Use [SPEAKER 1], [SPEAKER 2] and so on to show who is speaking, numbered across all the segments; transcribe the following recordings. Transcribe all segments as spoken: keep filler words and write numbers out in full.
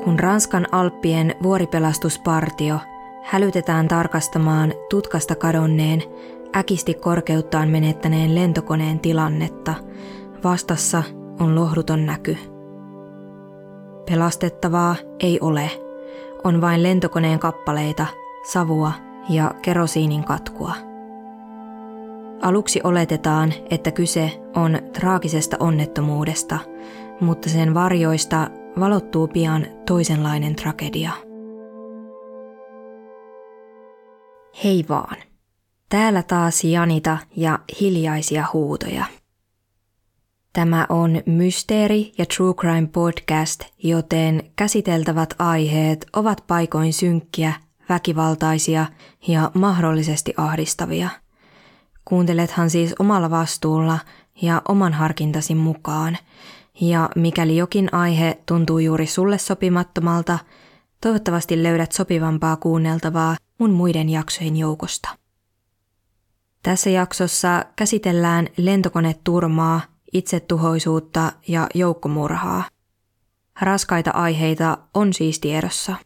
[SPEAKER 1] Kun Ranskan Alppien vuoripelastuspartio hälytetään tarkastamaan tutkasta kadonneen, äkisti korkeuttaan menettäneen lentokoneen tilannetta, vastassa on lohduton näky. Pelastettavaa ei ole, on vain lentokoneen kappaleita, savua ja kerosiinin katkua. Aluksi oletetaan, että kyse on traagisesta onnettomuudesta, mutta sen varjoista valottuu pian toisenlainen tragedia. Hei vaan. Täällä taas Janita ja hiljaisia huutoja. Tämä on mysteeri- ja true crime podcast, joten käsiteltävät aiheet ovat paikoin synkkiä, väkivaltaisia ja mahdollisesti ahdistavia. Kuuntelethan siis omalla vastuulla ja oman harkintasi mukaan. Ja mikäli jokin aihe tuntuu juuri sulle sopimattomalta, toivottavasti löydät sopivampaa kuunneltavaa mun muiden jaksojen joukosta. Tässä jaksossa käsitellään lentokoneturmaa, itsetuhoisuutta ja joukkomurhaa. Raskaita aiheita on siis tiedossa.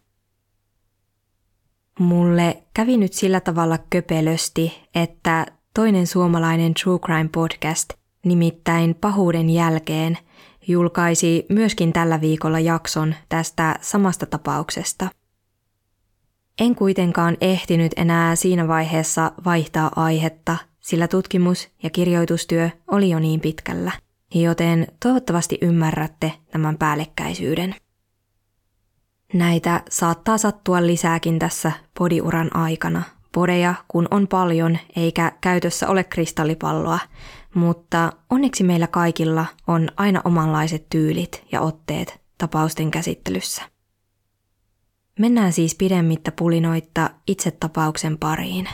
[SPEAKER 1] Mulle kävi nyt sillä tavalla köpelösti, että toinen suomalainen True Crime podcast, nimittäin Pahuuden jälkeen, julkaisi myöskin tällä viikolla jakson tästä samasta tapauksesta. En kuitenkaan ehtinyt enää siinä vaiheessa vaihtaa aihetta, sillä tutkimus- ja kirjoitustyö oli jo niin pitkällä, joten toivottavasti ymmärrätte tämän päällekkäisyyden. Näitä saattaa sattua lisääkin tässä podiuran aikana. Podeja kun on paljon eikä käytössä ole kristallipalloa, mutta onneksi meillä kaikilla on aina omanlaiset tyylit ja otteet tapausten käsittelyssä. Mennään siis pidemmittä pulinoitta itse tapauksen pariin.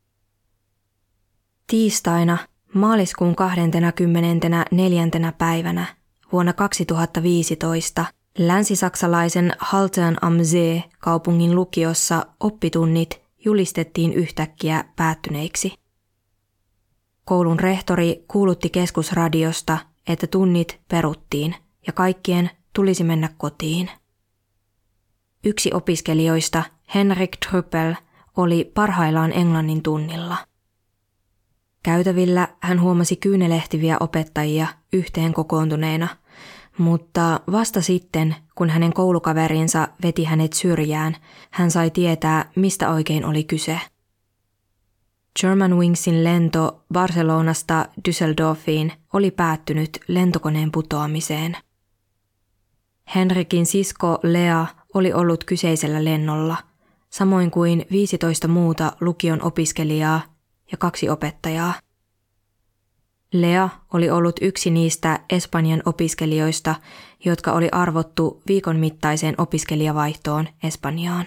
[SPEAKER 1] Tiistaina maaliskuun kahdeskymmenesneljäs päivänä vuonna kaksituhattaviisitoista länsisaksalaisen Haltern am See kaupungin lukiossa oppitunnit julistettiin yhtäkkiä päättyneiksi. Koulun rehtori kuulutti keskusradiosta, että tunnit peruttiin ja kaikkien tulisi mennä kotiin. Yksi opiskelijoista, Henrik Trüppel, oli parhaillaan englannin tunnilla. Käytävillä hän huomasi kyynelehtiviä opettajia yhteen kokoontuneina, mutta vasta sitten, kun hänen koulukaverinsa veti hänet syrjään, hän sai tietää, mistä oikein oli kyse. Germanwingsin lento Barcelonasta Düsseldorfiin oli päättynyt lentokoneen putoamiseen. Henrikin sisko Lea oli ollut kyseisellä lennolla, samoin kuin viisitoista muuta lukion opiskelijaa ja kaksi opettajaa. Lea oli ollut yksi niistä Espanjan opiskelijoista, jotka oli arvottu viikon mittaiseen opiskelijavaihtoon Espanjaan.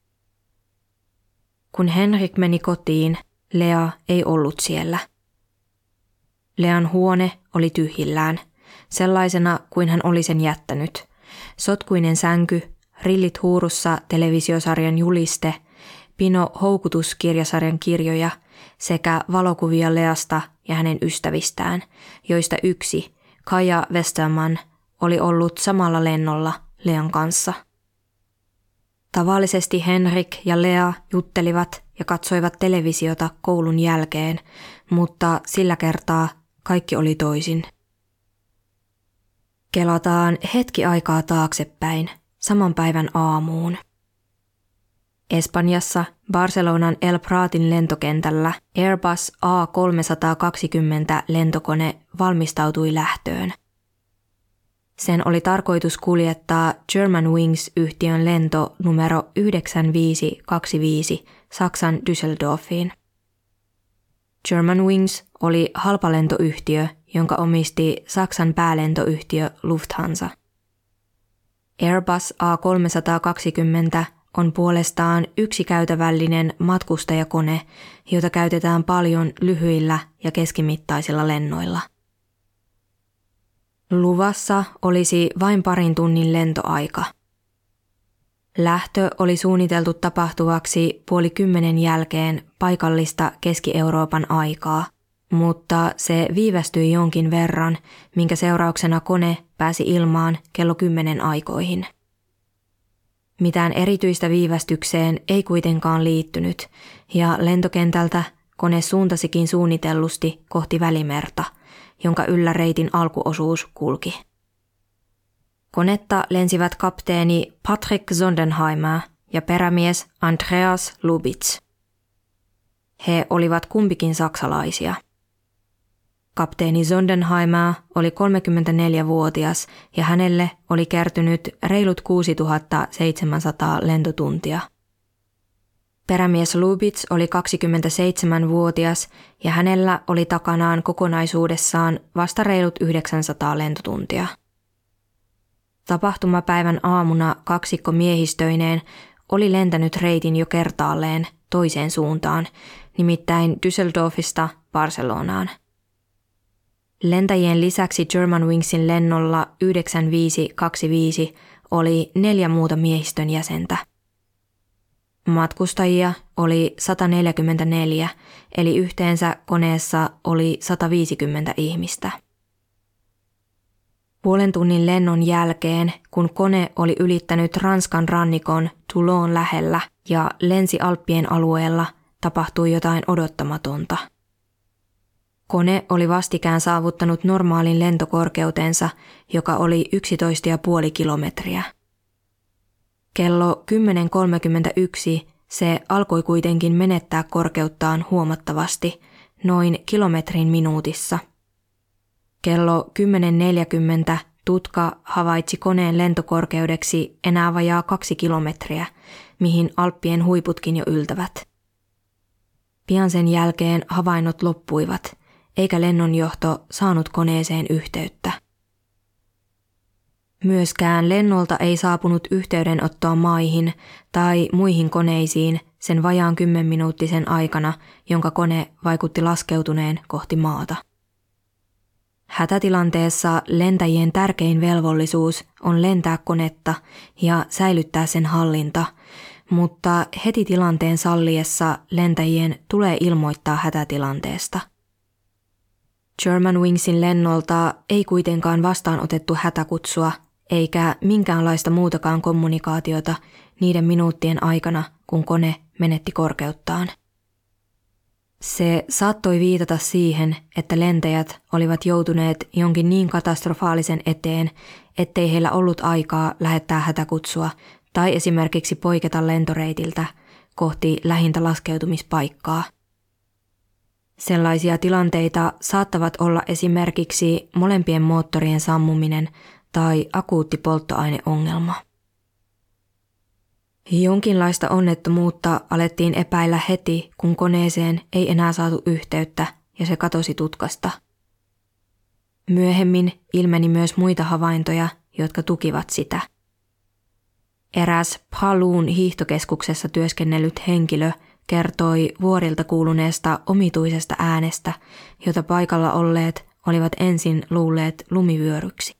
[SPEAKER 1] Kun Henrik meni kotiin, Lea ei ollut siellä. Lean huone oli tyhjillään, sellaisena kuin hän oli sen jättänyt. Sotkuinen sänky, rillit huurussa televisiosarjan juliste, pino houkutuskirjasarjan kirjoja sekä valokuvia Leasta ja hänen ystävistään, joista yksi, Kaja Westerman, oli ollut samalla lennolla Lean kanssa. Tavallisesti Henrik ja Lea juttelivat ja katsoivat televisiota koulun jälkeen, mutta sillä kertaa kaikki oli toisin. Kelataan hetki aikaa taaksepäin, saman päivän aamuun. Espanjassa Barcelonan El Pratin lentokentällä Airbus A kolmesataakaksikymmentä lentokone valmistautui lähtöön. Sen oli tarkoitus kuljettaa Germanwings-yhtiön lento numero yhdeksänviisi kaksikymmentäviisi Saksan Düsseldorfiin. Germanwings oli halpalentoyhtiö, jonka omisti Saksan päälentoyhtiö Lufthansa. Airbus A kolmesataakaksikymmentä on puolestaan yksikäytävällinen matkustajakone, jota käytetään paljon lyhyillä ja keskimittaisilla lennoilla. Luvassa olisi vain parin tunnin lentoaika. Lähtö oli suunniteltu tapahtuvaksi puoli kymmenen jälkeen paikallista Keski-Euroopan aikaa, mutta se viivästyi jonkin verran, minkä seurauksena kone pääsi ilmaan kello kymmenen aikoihin. Mitään erityistä viivästykseen ei kuitenkaan liittynyt, ja lentokentältä kone suuntasikin suunnitellusti kohti Välimerta, jonka yllä reitin alkuosuus kulki. Konetta lensivät kapteeni Patrick Sondenheimer ja perämies Andreas Lubitz. He olivat kumpikin saksalaisia. Kapteeni Sondenheimer oli kolmekymmentäneljävuotias ja hänelle oli kertynyt reilut kuusituhatta seitsemänsataa lentotuntia. Perämies Lubitz oli kaksikymmentäseitsemänvuotias ja hänellä oli takanaan kokonaisuudessaan vasta reilut yhdeksänsataa lentotuntia. Tapahtumapäivän aamuna kaksikko miehistöineen oli lentänyt reitin jo kertaalleen toiseen suuntaan, nimittäin Düsseldorfista Barcelonaan. Lentäjien lisäksi Germanwingsin lennolla yhdeksänviisi kaksikymmentäviisi oli neljä muuta miehistön jäsentä. Matkustajia oli sata neljäkymmentäneljä, eli yhteensä koneessa oli sata viisikymmentä ihmistä. Puolen tunnin lennon jälkeen, kun kone oli ylittänyt Ranskan rannikon Toulon lähellä ja lensi Alppien alueella, tapahtui jotain odottamatonta. Kone oli vastikään saavuttanut normaalin lentokorkeutensa, joka oli yksitoista pilkku viisi kilometriä. Kello kymmenen kolmekymmentäyksi se alkoi kuitenkin menettää korkeuttaan huomattavasti, noin kilometrin minuutissa. Kello kymmenen neljäkymmentä tutka havaitsi koneen lentokorkeudeksi enää vajaa kaksi kilometriä, mihin Alppien huiputkin jo yltävät. Pian sen jälkeen havainnot loppuivat, eikä lennonjohto saanut koneeseen yhteyttä. Myöskään lennolta ei saapunut yhteydenottoa maihin tai muihin koneisiin sen vajaan kymmenminuuttisen aikana, jonka kone vaikutti laskeutuneen kohti maata. Hätätilanteessa lentäjien tärkein velvollisuus on lentää konetta ja säilyttää sen hallinta, mutta heti tilanteen salliessa lentäjien tulee ilmoittaa hätätilanteesta. Germanwingsin lennolta ei kuitenkaan vastaanotettu hätäkutsua eikä minkäänlaista muutakaan kommunikaatiota niiden minuuttien aikana, kun kone menetti korkeuttaan. Se saattoi viitata siihen, että lentäjät olivat joutuneet jonkin niin katastrofaalisen eteen, ettei heillä ollut aikaa lähettää hätäkutsua tai esimerkiksi poiketa lentoreitiltä kohti lähintä laskeutumispaikkaa. Sellaisia tilanteita saattavat olla esimerkiksi molempien moottorien sammuminen tai akuutti polttoaineongelma. Jonkinlaista onnettomuutta alettiin epäillä heti, kun koneeseen ei enää saatu yhteyttä ja se katosi tutkasta. Myöhemmin ilmeni myös muita havaintoja, jotka tukivat sitä. Eräs Paluun hiihtokeskuksessa työskennellyt henkilö kertoi vuorilta kuuluneesta omituisesta äänestä, jota paikalla olleet olivat ensin luulleet lumivyöryksi.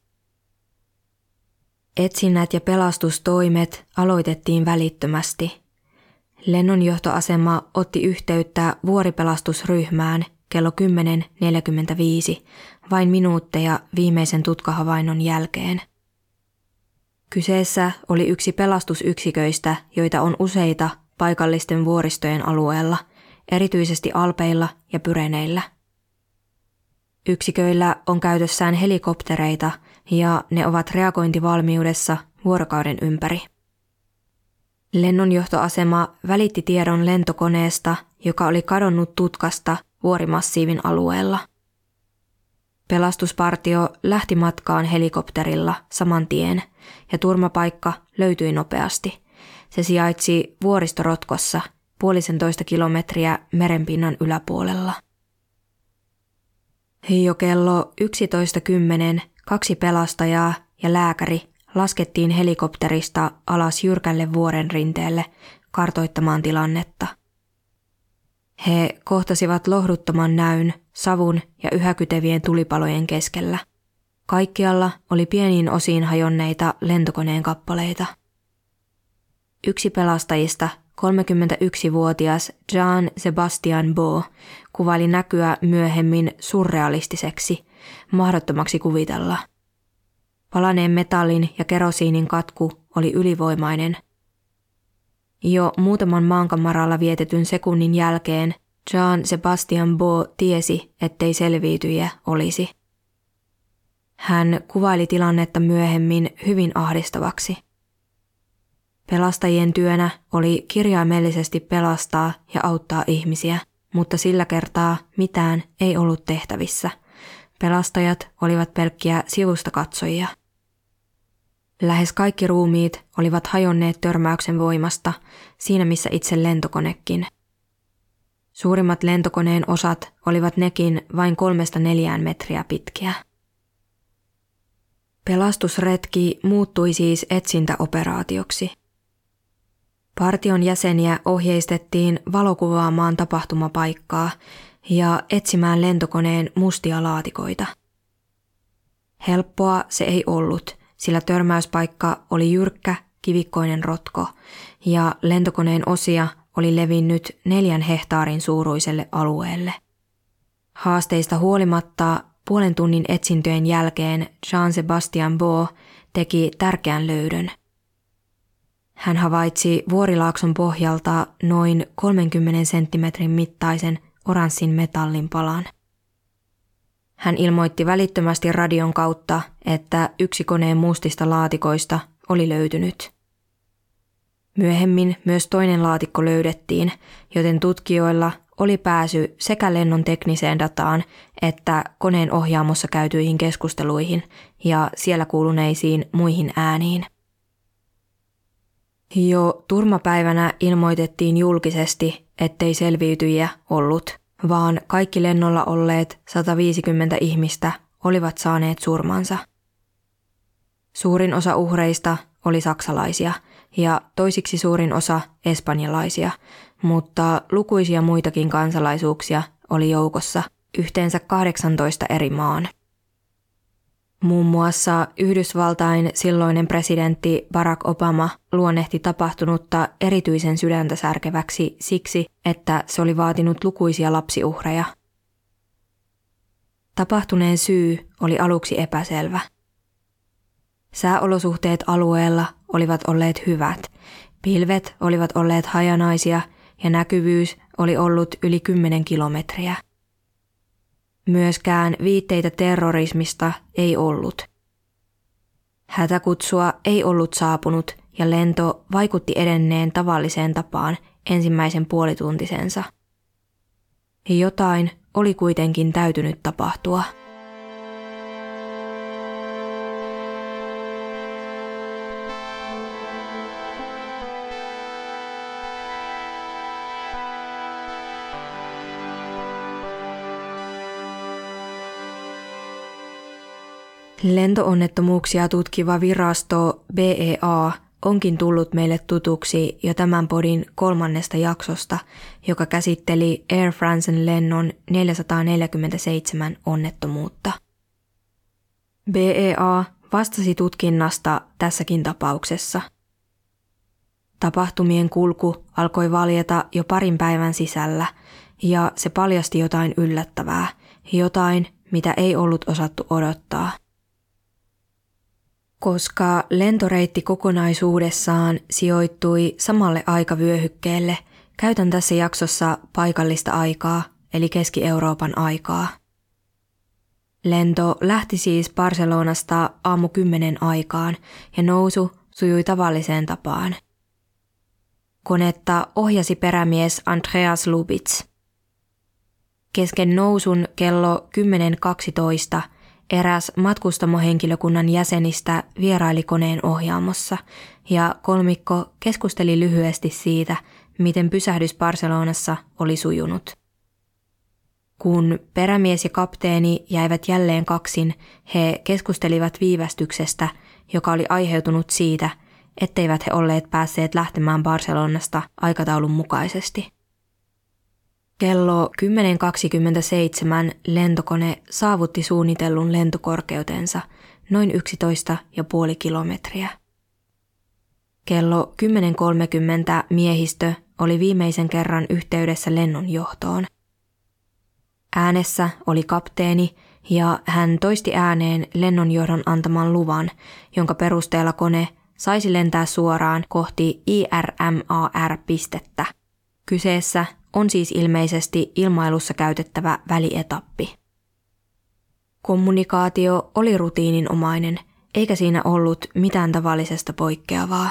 [SPEAKER 1] Etsinnät ja pelastustoimet aloitettiin välittömästi. Lennonjohtoasema otti yhteyttä vuoripelastusryhmään kello kymmenen neljäkymmentäviisi, vain minuutteja viimeisen tutkahavainnon jälkeen. Kyseessä oli yksi pelastusyksiköistä, joita on useita paikallisten vuoristojen alueella, erityisesti Alpeilla ja Pyreneillä. Yksiköillä on käytössään helikoptereita ja ne ovat reagointivalmiudessa vuorokauden ympäri. Lennonjohtoasema välitti tiedon lentokoneesta, joka oli kadonnut tutkasta vuorimassiivin alueella. Pelastuspartio lähti matkaan helikopterilla saman tien ja turmapaikka löytyi nopeasti. Se sijaitsi vuoristorotkossa puolisentoista kilometriä merenpinnan yläpuolella. Jo kello yksitoista kymmenen kaksi pelastajaa ja lääkäri laskettiin helikopterista alas jyrkälle vuoren rinteelle kartoittamaan tilannetta. He kohtasivat lohduttoman näyn savun ja yhä kytevien tulipalojen keskellä. Kaikkialla oli pieniin osiin hajonneita lentokoneen kappaleita. Yksi pelastajista, kolmekymmentäyksivuotias Jean Sebastian Beau, kuvaili näkyä myöhemmin surrealistiseksi, mahdottomaksi kuvitella. Palaneen metallin ja kerosiinin katku oli ylivoimainen, Jo muutaman maankamaralla vietetyn sekunnin jälkeen Jean-Sébastien Beau tiesi, ettei selviytyjä olisi. Hän kuvaili tilannetta myöhemmin hyvin ahdistavaksi. Pelastajien työnä oli kirjaimellisesti pelastaa ja auttaa ihmisiä, mutta sillä kertaa mitään ei ollut tehtävissä. Pelastajat olivat pelkkiä sivustakatsojia. Lähes kaikki ruumiit olivat hajonneet törmäyksen voimasta, siinä missä itse lentokonekin. Suurimmat lentokoneen osat olivat nekin vain kolmesta neljään metriä pitkiä. Pelastusretki muuttui siis etsintäoperaatioksi. Partion jäseniä ohjeistettiin valokuvaamaan tapahtumapaikkaa ja etsimään lentokoneen mustia laatikoita. Helppoa se ei ollut, sillä törmäyspaikka oli jyrkkä, kivikkoinen rotko ja lentokoneen osia oli levinnyt neljän hehtaarin suuruiselle alueelle. Haasteista huolimatta puolen tunnin etsintöjen jälkeen Jean-Sébastien Beau teki tärkeän löydön. Hän havaitsi vuorilaakson pohjalta noin kolmenkymmenen senttimetrin mittaisen oranssin metallin palan. Hän ilmoitti välittömästi radion kautta, että yksi koneen mustista laatikoista oli löytynyt. Myöhemmin myös toinen laatikko löydettiin, joten tutkijoilla oli pääsy sekä lennon tekniseen dataan että koneen ohjaamossa käytyihin keskusteluihin ja siellä kuuluneisiin muihin ääniin. Jo turmapäivänä ilmoitettiin julkisesti, ettei selviytyjiä ollut, vaan kaikki lennolla olleet sata viisikymmentä ihmistä olivat saaneet surmansa. Suurin osa uhreista oli saksalaisia ja toisiksi suurin osa espanjalaisia, mutta lukuisia muitakin kansalaisuuksia oli joukossa, yhteensä kahdeksantoista eri maan. Muun muassa Yhdysvaltain silloinen presidentti Barack Obama luonnehti tapahtunutta erityisen sydäntä särkeväksi siksi, että se oli vaatinut lukuisia lapsiuhreja. Tapahtuneen syy oli aluksi epäselvä. Sääolosuhteet alueella olivat olleet hyvät, pilvet olivat olleet hajanaisia ja näkyvyys oli ollut yli kymmenen kilometriä. Myöskään viitteitä terrorismista ei ollut. Hätäkutsua ei ollut saapunut ja lento vaikutti edenneen tavalliseen tapaan ensimmäisen puolituntisensa. Jotain oli kuitenkin täytynyt tapahtua. Lentoonnettomuuksia tutkiva virasto B E A onkin tullut meille tutuksi jo tämän podin kolmannesta jaksosta, joka käsitteli Air Francen lennon neljäsataaneljäkymmentäseitsemän onnettomuutta. B E A vastasi tutkinnasta tässäkin tapauksessa. Tapahtumien kulku alkoi valjeta jo parin päivän sisällä ja se paljasti jotain yllättävää, jotain mitä ei ollut osattu odottaa. Koska lentoreitti kokonaisuudessaan sijoittui samalle aikavyöhykkeelle, käytän tässä jaksossa paikallista aikaa, eli Keski-Euroopan aikaa. Lento lähti siis Barcelonasta aamu kymmenen aikaan ja nousu sujui tavalliseen tapaan. Konetta ohjasi perämies Andreas Lubitz. Kesken nousun kello kymmenen kaksitoista eräs matkustamohenkilökunnan jäsenistä vieraili koneen ohjaamossa ja kolmikko keskusteli lyhyesti siitä, miten pysähdys Barcelonassa oli sujunut. Kun perämies ja kapteeni jäivät jälleen kaksin, he keskustelivat viivästyksestä, joka oli aiheutunut siitä, etteivät he olleet päässeet lähtemään Barcelonasta aikataulun mukaisesti. Kello kymmenen kaksikymmentäseitsemän lentokone saavutti suunnitellun lentokorkeutensa noin yksitoista pilkku viisi kilometriä. Kello kymmenen kolmekymmentä miehistö oli viimeisen kerran yhteydessä lennon johtoon. Äänessä oli kapteeni ja hän toisti ääneen lennonjohdon antaman luvan, jonka perusteella kone saisi lentää suoraan kohti I R M A R-pistettä. Kyseessä on siis ilmeisesti ilmailussa käytettävä välietappi. Kommunikaatio oli rutiininomainen, eikä siinä ollut mitään tavallisesta poikkeavaa.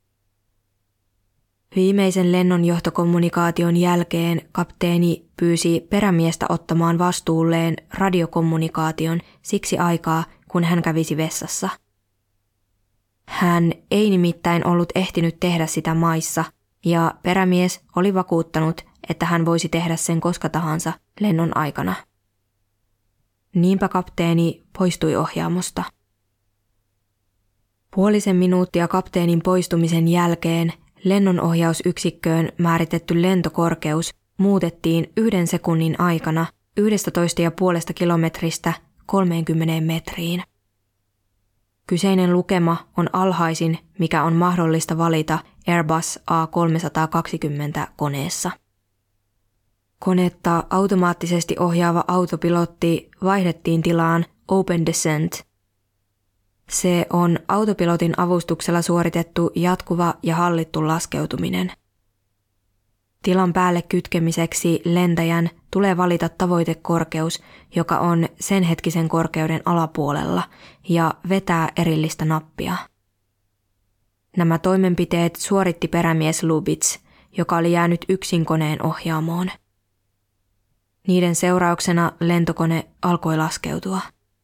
[SPEAKER 1] Viimeisen lennonjohtokommunikaation jälkeen kapteeni pyysi perämiestä ottamaan vastuulleen radiokommunikaation siksi aikaa, kun hän kävisi vessassa. Hän ei nimittäin ollut ehtinyt tehdä sitä maissa, ja perämies oli vakuuttanut, että hän voisi tehdä sen koska tahansa lennon aikana. Niinpä kapteeni poistui ohjaamosta. Puolisen minuuttia kapteenin poistumisen jälkeen lennonohjausyksikköön määritetty lentokorkeus muutettiin yhden sekunnin aikana yksitoista pilkku viisi kilometristä kolmeenkymmeneen metriin. Kyseinen lukema on alhaisin, mikä on mahdollista valita Airbus A kolmesataakaksikymmentä koneessa. Konetta automaattisesti ohjaava autopilotti vaihdettiin tilaan Open Descent. Se on autopilotin avustuksella suoritettu jatkuva ja hallittu laskeutuminen. Tilan päälle kytkemiseksi lentäjän tulee valita tavoitekorkeus, joka on sen hetkisen korkeuden alapuolella, ja vetää erillistä nappia. Nämä toimenpiteet suoritti perämies Lubitz, joka oli jäänyt yksin koneen ohjaamoon. Niiden seurauksena lentokone alkoi laskeutua.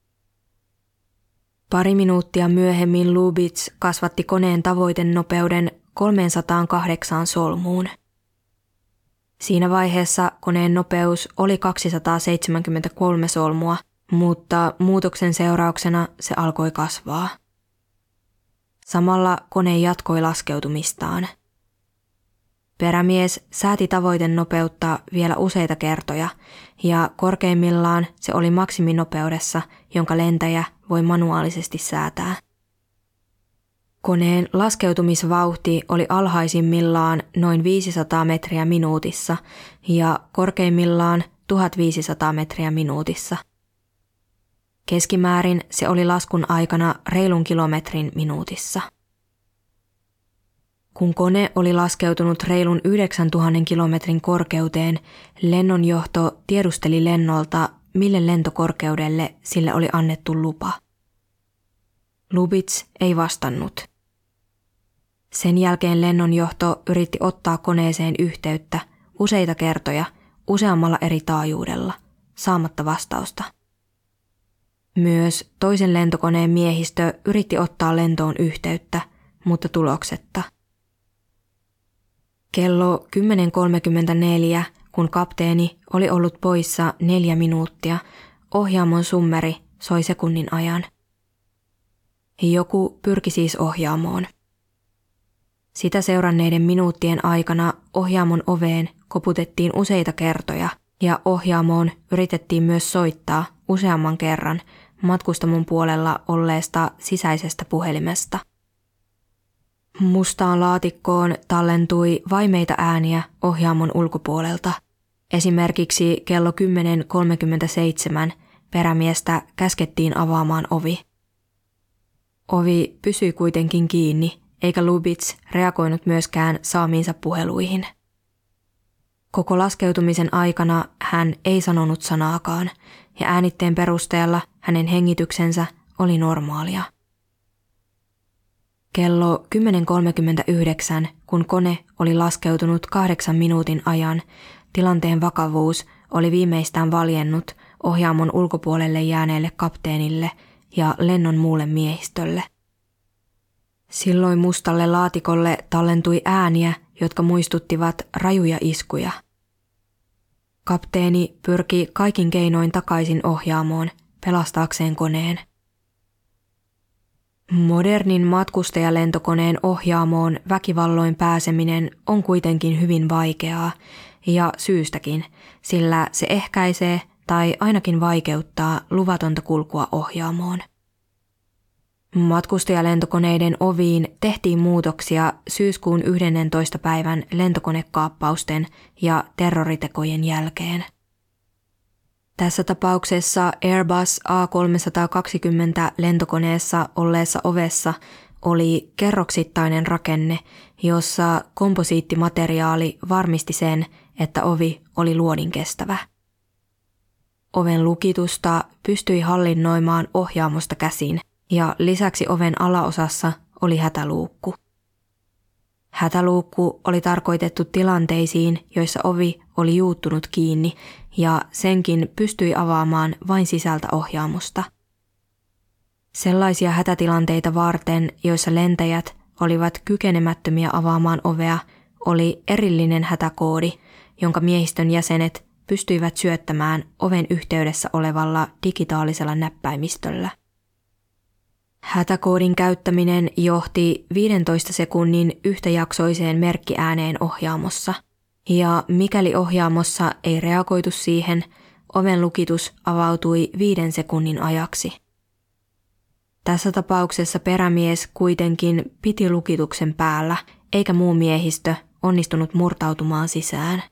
[SPEAKER 1] Pari minuuttia myöhemmin Lubitz kasvatti koneen tavoitenopeuden kolmesataakahdeksan solmuun. Siinä vaiheessa koneen nopeus oli kaksisataaseitsemänkymmentäkolme solmua, mutta muutoksen seurauksena se alkoi kasvaa. Samalla kone jatkoi laskeutumistaan. Perämies sääti tavoitenopeutta vielä useita kertoja, ja korkeimmillaan se oli maksiminopeudessa, jonka lentäjä voi manuaalisesti säätää. Koneen laskeutumisvauhti oli alhaisimmillaan noin viisisataa metriä minuutissa ja korkeimmillaan tuhatviisisataa metriä minuutissa. Keskimäärin se oli laskun aikana reilun kilometrin minuutissa. Kun kone oli laskeutunut reilun yhdeksäntuhannen kilometrin korkeuteen, lennonjohto tiedusteli lennolta, mille lentokorkeudelle sille oli annettu lupa. Lubitz ei vastannut. Sen jälkeen lennonjohto yritti ottaa koneeseen yhteyttä useita kertoja useammalla eri taajuudella, saamatta vastausta. Myös toisen lentokoneen miehistö yritti ottaa lentoon yhteyttä, mutta tuloksetta. Kello kymmenen kolmekymmentäneljä, kun kapteeni oli ollut poissa neljä minuuttia, ohjaamon summeri soi sekunnin ajan. Joku pyrki siis ohjaamoon. Sitä seuranneiden minuuttien aikana ohjaamon oveen koputettiin useita kertoja ja ohjaamoon yritettiin myös soittaa useamman kerran matkustamon puolella olleesta sisäisestä puhelimesta. Mustaan laatikkoon tallentui vaimeita ääniä ohjaamon ulkopuolelta. Esimerkiksi kello kymmenen kolmekymmentäseitsemän perämiestä käskettiin avaamaan ovi. Ovi pysyi kuitenkin kiinni, eikä Lubitz reagoinut myöskään saamiinsa puheluihin. Koko laskeutumisen aikana hän ei sanonut sanaakaan, ja äänitteen perusteella hänen hengityksensä oli normaalia. Kello kymmenen kolmekymmentäyhdeksän, kun kone oli laskeutunut kahdeksan minuutin ajan, tilanteen vakavuus oli viimeistään valjennut ohjaamon ulkopuolelle jääneelle kapteenille ja lennon muulle miehistölle. Silloin mustalle laatikolle tallentui ääniä, jotka muistuttivat rajuja iskuja. Kapteeni pyrki kaikin keinoin takaisin ohjaamoon pelastaakseen koneen. Modernin matkustajalentokoneen ohjaamoon väkivalloin pääseminen on kuitenkin hyvin vaikeaa, ja syystäkin, sillä se ehkäisee tai ainakin vaikeuttaa luvatonta kulkua ohjaamoon. Matkustajalentokoneiden oviin tehtiin muutoksia syyskuun yhdennentoista päivän lentokonekaappausten ja terroritekojen jälkeen. Tässä tapauksessa Airbus A kolmesataakaksikymmentä lentokoneessa olleessa ovessa oli kerroksittainen rakenne, jossa komposiittimateriaali varmisti sen, että ovi oli luodinkestävä. Oven lukitusta pystyi hallinnoimaan ohjaamosta käsin ja lisäksi oven alaosassa oli hätäluukku. Hätäluukku oli tarkoitettu tilanteisiin, joissa ovi oli juuttunut kiinni ja senkin pystyi avaamaan vain sisältä ohjaamosta. Sellaisia hätätilanteita varten, joissa lentäjät olivat kykenemättömiä avaamaan ovea, oli erillinen hätäkoodi, jonka miehistön jäsenet pystyivät syöttämään oven yhteydessä olevalla digitaalisella näppäimistöllä. Hätäkoodin käyttäminen johti viidentoista sekunnin yhtäjaksoiseen merkkiääneen ohjaamossa, ja mikäli ohjaamossa ei reagoitu siihen, oven lukitus avautui viiden sekunnin ajaksi. Tässä tapauksessa perämies kuitenkin piti lukituksen päällä, eikä muu miehistö onnistunut murtautumaan sisään.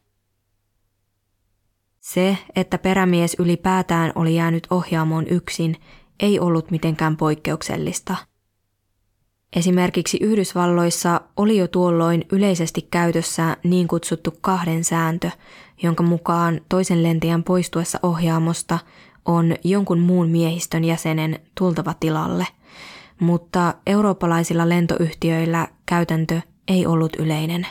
[SPEAKER 1] Se, että perämies ylipäätään oli jäänyt ohjaamoon yksin, ei ollut mitenkään poikkeuksellista. Esimerkiksi Yhdysvalloissa oli jo tuolloin yleisesti käytössä niin kutsuttu kahden sääntö, jonka mukaan toisen lentäjän poistuessa ohjaamosta on jonkun muun miehistön jäsenen tultava tilalle, mutta eurooppalaisilla lentoyhtiöillä käytäntö ei ollut yleinen.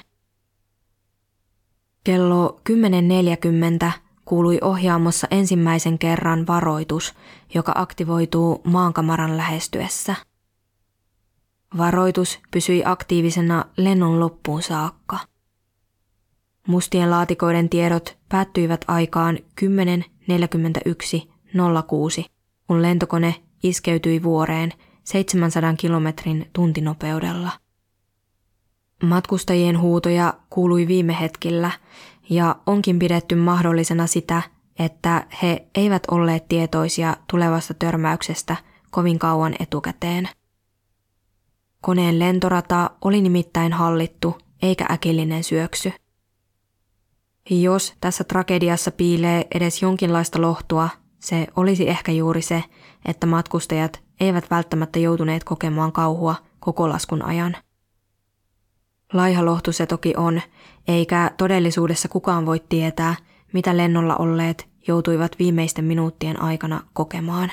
[SPEAKER 1] Kello kymmenen neljäkymmentä kuului ohjaamossa ensimmäisen kerran varoitus, joka aktivoituu maankamaran lähestyessä. Varoitus pysyi aktiivisena lennon loppuun saakka. Mustien laatikoiden tiedot päättyivät aikaan kymmenen neljäkymmentäyksi nolla kuusi, kun lentokone iskeytyi vuoreen seitsemänsadan kilometrin tuntinopeudella. Matkustajien huutoja kuului viime hetkillä ja onkin pidetty mahdollisena sitä, että he eivät olleet tietoisia tulevasta törmäyksestä kovin kauan etukäteen. Koneen lentorata oli nimittäin hallittu eikä äkillinen syöksy. Jos tässä tragediassa piilee edes jonkinlaista lohtua, se olisi ehkä juuri se, että matkustajat eivät välttämättä joutuneet kokemaan kauhua koko laskun ajan. Laiha lohtu se toki on, eikä todellisuudessa kukaan voi tietää, mitä lennolla olleet joutuivat viimeisten minuuttien aikana kokemaan.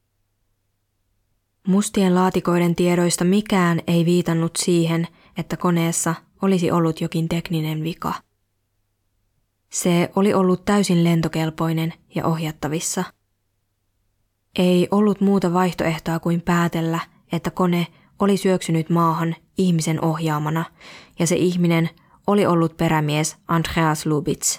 [SPEAKER 1] Mustien laatikoiden tiedoista mikään ei viitannut siihen, että koneessa olisi ollut jokin tekninen vika. Se oli ollut täysin lentokelpoinen ja ohjattavissa. Ei ollut muuta vaihtoehtoa kuin päätellä, että kone oli syöksynyt maahan ihmisen ohjaamana ja se ihminen oli ollut perämies Andreas Lubitz.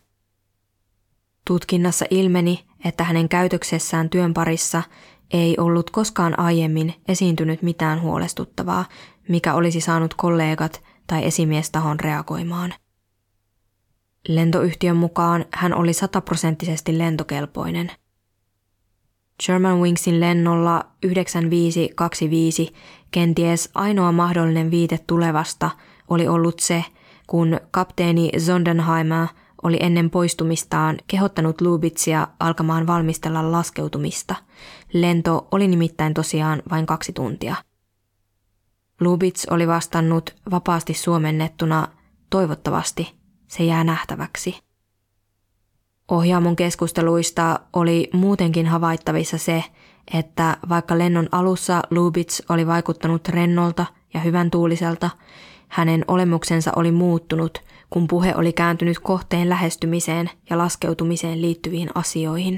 [SPEAKER 1] Tutkinnassa ilmeni, että hänen käytöksessään työn parissa ei ollut koskaan aiemmin esiintynyt mitään huolestuttavaa, mikä olisi saanut kollegat tai esimiestahon reagoimaan. Lentoyhtiön mukaan hän oli sataprosenttisesti lentokelpoinen. Germanwingsin lennolla yhdeksänviisi kaksikymmentäviisi kenties ainoa mahdollinen viite tulevasta oli ollut se, kun kapteeni Sondenheimer oli ennen poistumistaan kehottanut Lubitzia alkamaan valmistella laskeutumista. Lento oli nimittäin tosiaan vain kaksi tuntia. Lubitz oli vastannut vapaasti suomennettuna, toivottavasti se jää nähtäväksi. Ohjaamon keskusteluista oli muutenkin havaittavissa se, että vaikka lennon alussa Lubitz oli vaikuttanut rennolta ja hyvän tuuliselta, hänen olemuksensa oli muuttunut, kun puhe oli kääntynyt kohteen lähestymiseen ja laskeutumiseen liittyviin asioihin.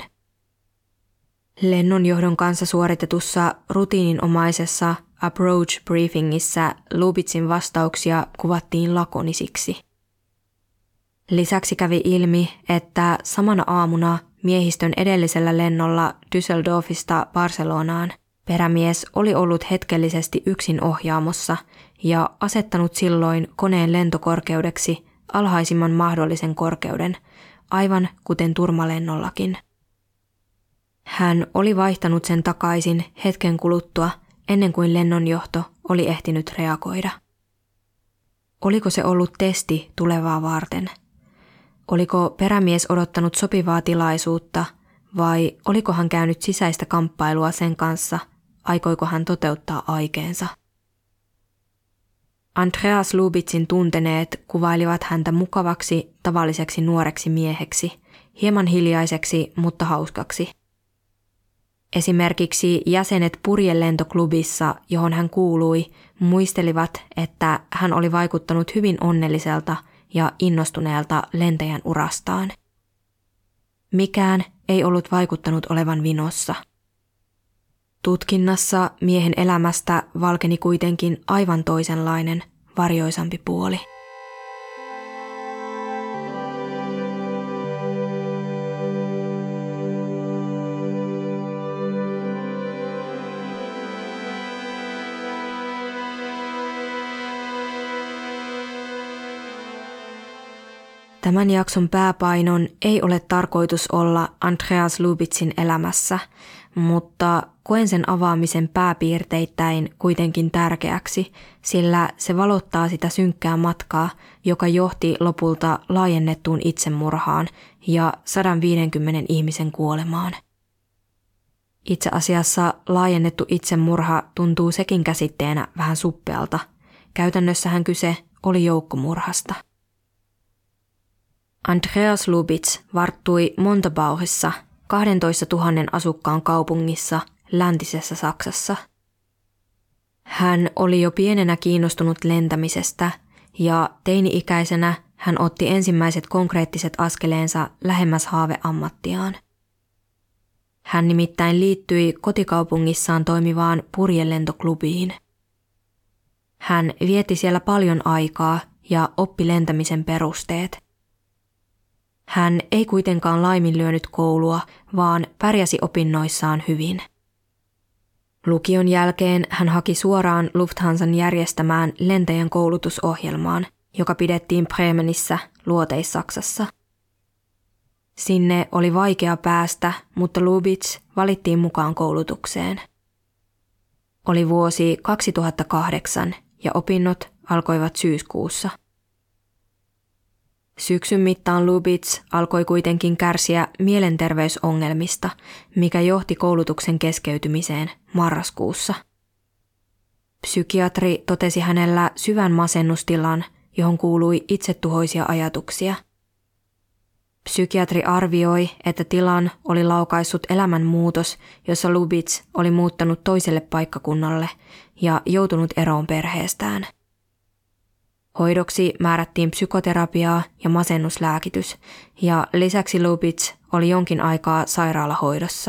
[SPEAKER 1] Lennonjohdon kanssa suoritetussa rutiininomaisessa approach briefingissä Lubitzin vastauksia kuvattiin lakonisiksi. Lisäksi kävi ilmi, että samana aamuna miehistön edellisellä lennolla Düsseldorfista Barcelonaan perämies oli ollut hetkellisesti yksin ohjaamossa ja asettanut silloin koneen lentokorkeudeksi alhaisimman mahdollisen korkeuden, aivan kuten turmalennollakin. Hän oli vaihtanut sen takaisin hetken kuluttua ennen kuin lennonjohto oli ehtinyt reagoida. Oliko se ollut testi tulevaa varten? Oliko perämies odottanut sopivaa tilaisuutta vai oliko hän käynyt sisäistä kamppailua sen kanssa, aikoiko hän toteuttaa aikeensa? Andreas Lubitsin tunteneet kuvailivat häntä mukavaksi, tavalliseksi nuoreksi mieheksi, hieman hiljaiseksi, mutta hauskaksi. Esimerkiksi jäsenet purjelentoklubissa, johon hän kuului, muistelivat, että hän oli vaikuttanut hyvin onnelliselta ja innostuneelta lentäjän urastaan. Mikään ei ollut vaikuttanut olevan vinossa. Tutkinnassa miehen elämästä valkeni kuitenkin aivan toisenlainen, varjoisampi puoli. Tämän jakson pääpainon ei ole tarkoitus olla Andreas Lubitsin elämässä, mutta koen sen avaamisen pääpiirteittäin kuitenkin tärkeäksi, sillä se valottaa sitä synkkää matkaa, joka johti lopulta laajennettuun itsemurhaan ja sata viisikymmentä ihmisen kuolemaan. Itse asiassa laajennettu itsemurha tuntuu sekin käsitteenä vähän suppealta. Käytännössähän kyse oli joukkomurhasta. Andreas Lubitz varttui Montabaurissa, kaksitoistatuhatta asukkaan kaupungissa läntisessä Saksassa. Hän oli jo pienenä kiinnostunut lentämisestä ja teini-ikäisenä hän otti ensimmäiset konkreettiset askeleensa lähemmäs haaveammattiaan. Hän nimittäin liittyi kotikaupungissaan toimivaan purjelentoklubiin. Hän vietti siellä paljon aikaa ja oppi lentämisen perusteet. Hän ei kuitenkaan laiminlyönyt koulua, vaan pärjäsi opinnoissaan hyvin. Lukion jälkeen hän haki suoraan Lufthansan järjestämään lentäjän koulutusohjelmaan, joka pidettiin Bremenissä, Luoteis-Saksassa. Sinne oli vaikea päästä, mutta Lubitz valittiin mukaan koulutukseen. Oli vuosi kaksituhattakahdeksan ja opinnot alkoivat syyskuussa. Syksyn mittaan Lubitz alkoi kuitenkin kärsiä mielenterveysongelmista, mikä johti koulutuksen keskeytymiseen marraskuussa. Psykiatri totesi hänellä syvän masennustilan, johon kuului itsetuhoisia ajatuksia. Psykiatri arvioi, että tilan oli laukaissut elämänmuutos, jossa Lubitz oli muuttanut toiselle paikkakunnalle ja joutunut eroon perheestään. Hoidoksi määrättiin psykoterapiaa ja masennuslääkitys, ja lisäksi Lubitz oli jonkin aikaa sairaalahoidossa.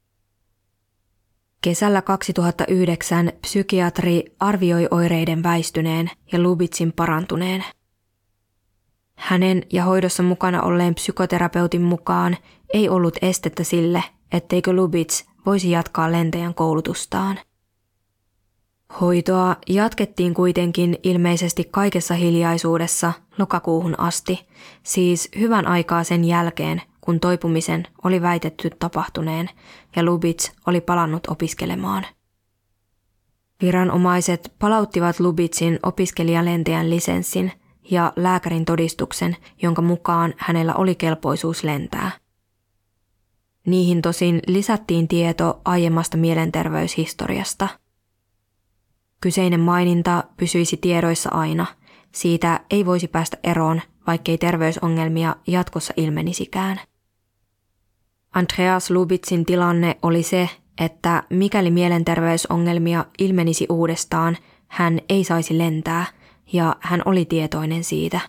[SPEAKER 1] Kesällä kaksituhattayhdeksän psykiatri arvioi oireiden väistyneen ja Lubitzin parantuneen. Hänen ja hoidossa mukana olleen psykoterapeutin mukaan ei ollut estettä sille, etteikö Lubitz voisi jatkaa lentäjän koulutustaan. Hoitoa jatkettiin kuitenkin ilmeisesti kaikessa hiljaisuudessa lokakuuhun asti, siis hyvän aikaa sen jälkeen, kun toipumisen oli väitetty tapahtuneen ja Lubitz oli palannut opiskelemaan. Viranomaiset palauttivat Lubitzin opiskelijalentäjän lisenssin ja lääkärin todistuksen, jonka mukaan hänellä oli kelpoisuus lentää. Niihin tosin lisättiin tieto aiemmasta mielenterveyshistoriasta. Kyseinen maininta pysyisi tiedoissa aina. Siitä ei voisi päästä eroon, vaikkei terveysongelmia jatkossa ilmenisikään. Andreas Lubitzin tilanne oli se, että mikäli mielenterveysongelmia ilmenisi uudestaan, hän ei saisi lentää, ja hän oli tietoinen siitä.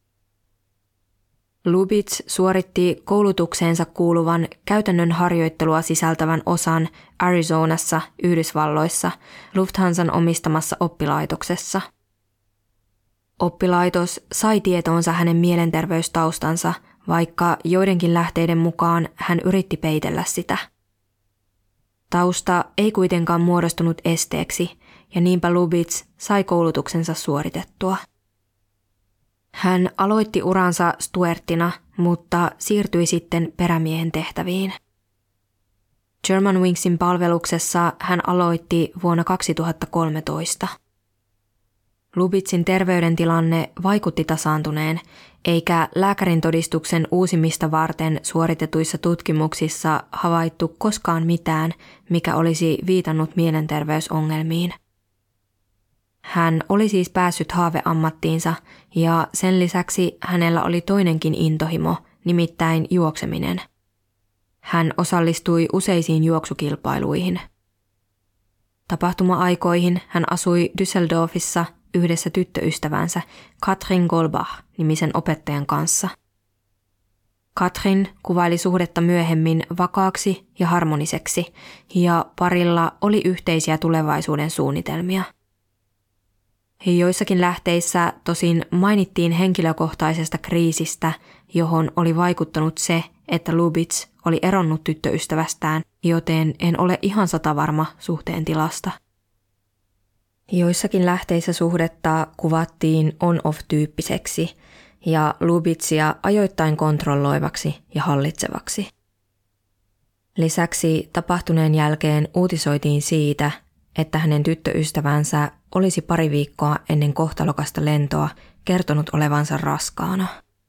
[SPEAKER 1] Lubitz suoritti koulutukseensa kuuluvan käytännön harjoittelua sisältävän osan Arizonassa, Yhdysvalloissa, Lufthansan omistamassa oppilaitoksessa. Oppilaitos sai tietoonsa hänen mielenterveystaustansa, vaikka joidenkin lähteiden mukaan hän yritti peitellä sitä. Tausta ei kuitenkaan muodostunut esteeksi, ja niinpä Lubitz sai koulutuksensa suoritettua. Hän aloitti uransa Stuartina, mutta siirtyi sitten perämiehen tehtäviin. Germanwingsin palveluksessa hän aloitti vuonna kaksituhattakolmetoista. Lubitzin terveydentilanne vaikutti tasaantuneen, eikä lääkärin todistuksen uusimista varten suoritetuissa tutkimuksissa havaittu koskaan mitään, mikä olisi viitannut mielenterveysongelmiin. Hän oli siis päässyt haaveammattiinsa ja sen lisäksi hänellä oli toinenkin intohimo, nimittäin juokseminen. Hän osallistui useisiin juoksukilpailuihin. Tapahtuma-aikoihin hän asui Düsseldorfissa yhdessä tyttöystävänsä Katrin Golbach-nimisen opettajan kanssa. Katrin kuvaili suhdetta myöhemmin vakaaksi ja harmoniseksi, ja parilla oli yhteisiä tulevaisuuden suunnitelmia. Joissakin lähteissä tosin mainittiin henkilökohtaisesta kriisistä, johon oli vaikuttanut se, että Lubitz oli eronnut tyttöystävästään, joten en ole ihan satavarma suhteen tilasta. Joissakin lähteissä suhdetta kuvattiin on-off-tyyppiseksi ja Lubitzia ajoittain kontrolloivaksi ja hallitsevaksi. Lisäksi tapahtuneen jälkeen uutisoitiin siitä, että hänen tyttöystävänsä olisi pari viikkoa ennen kohtalokasta lentoa kertonut olevansa raskaana.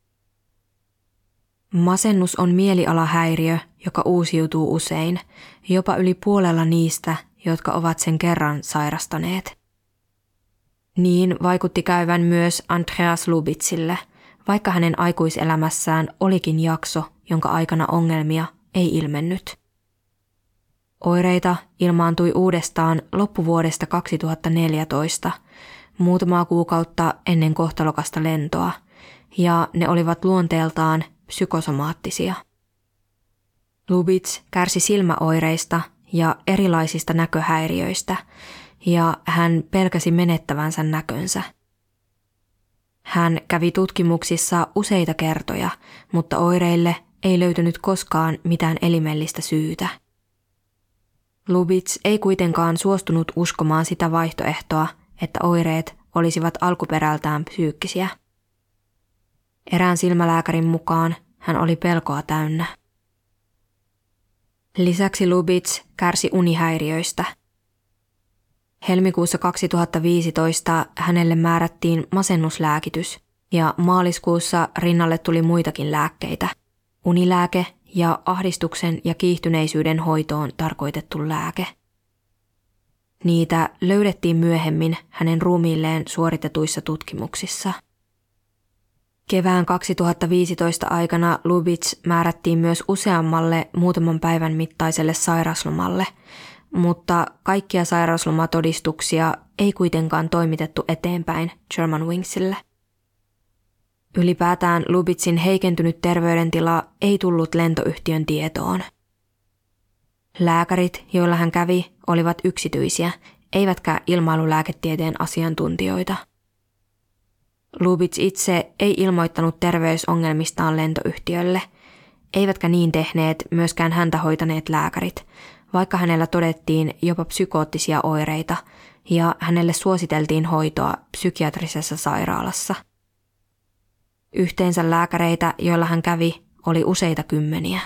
[SPEAKER 1] Masennus on mielialahäiriö, joka uusiutuu usein, jopa yli puolella niistä, jotka ovat sen kerran sairastaneet. Niin vaikutti käyvän myös Andreas Lubitzille, vaikka hänen aikuiselämässään olikin jakso, jonka aikana ongelmia ei ilmennyt. Oireita ilmaantui uudestaan loppuvuodesta kaksituhattaneljätoista, muutamaa kuukautta ennen kohtalokasta lentoa, ja ne olivat luonteeltaan psykosomaattisia. Lubitz kärsi silmäoireista ja erilaisista näköhäiriöistä, ja hän pelkäsi menettävänsä näkönsä. Hän kävi tutkimuksissa useita kertoja, mutta oireille ei löytynyt koskaan mitään elimellistä syytä. Lubitz ei kuitenkaan suostunut uskomaan sitä vaihtoehtoa, että oireet olisivat alkuperältään psyykkisiä. Erään silmälääkärin mukaan hän oli pelkoa täynnä. Lisäksi Lubitz kärsi unihäiriöistä. Helmikuussa kaksituhattaviisitoista hänelle määrättiin masennuslääkitys ja maaliskuussa rinnalle tuli muitakin lääkkeitä, unilääke ja ahdistuksen ja kiihtyneisyyden hoitoon tarkoitettu lääke. Niitä löydettiin myöhemmin hänen ruumiilleen suoritetuissa tutkimuksissa. Kevään kaksituhattaviisitoista aikana Lubitz määrättiin myös useammalle muutaman päivän mittaiselle sairaslomalle, mutta kaikkia sairauslomatodistuksia ei kuitenkaan toimitettu eteenpäin Germanwingsille. Ylipäätään Lubitzin heikentynyt terveydentila ei tullut lentoyhtiön tietoon. Lääkärit, joilla hän kävi, olivat yksityisiä, eivätkä ilmailulääketieteen asiantuntijoita. Lubitz itse ei ilmoittanut terveysongelmistaan lentoyhtiölle, eivätkä niin tehneet myöskään häntä hoitaneet lääkärit, vaikka hänellä todettiin jopa psykoottisia oireita ja hänelle suositeltiin hoitoa psykiatrisessa sairaalassa. Yhteensä lääkäreitä, joilla hän kävi, oli useita kymmeniä.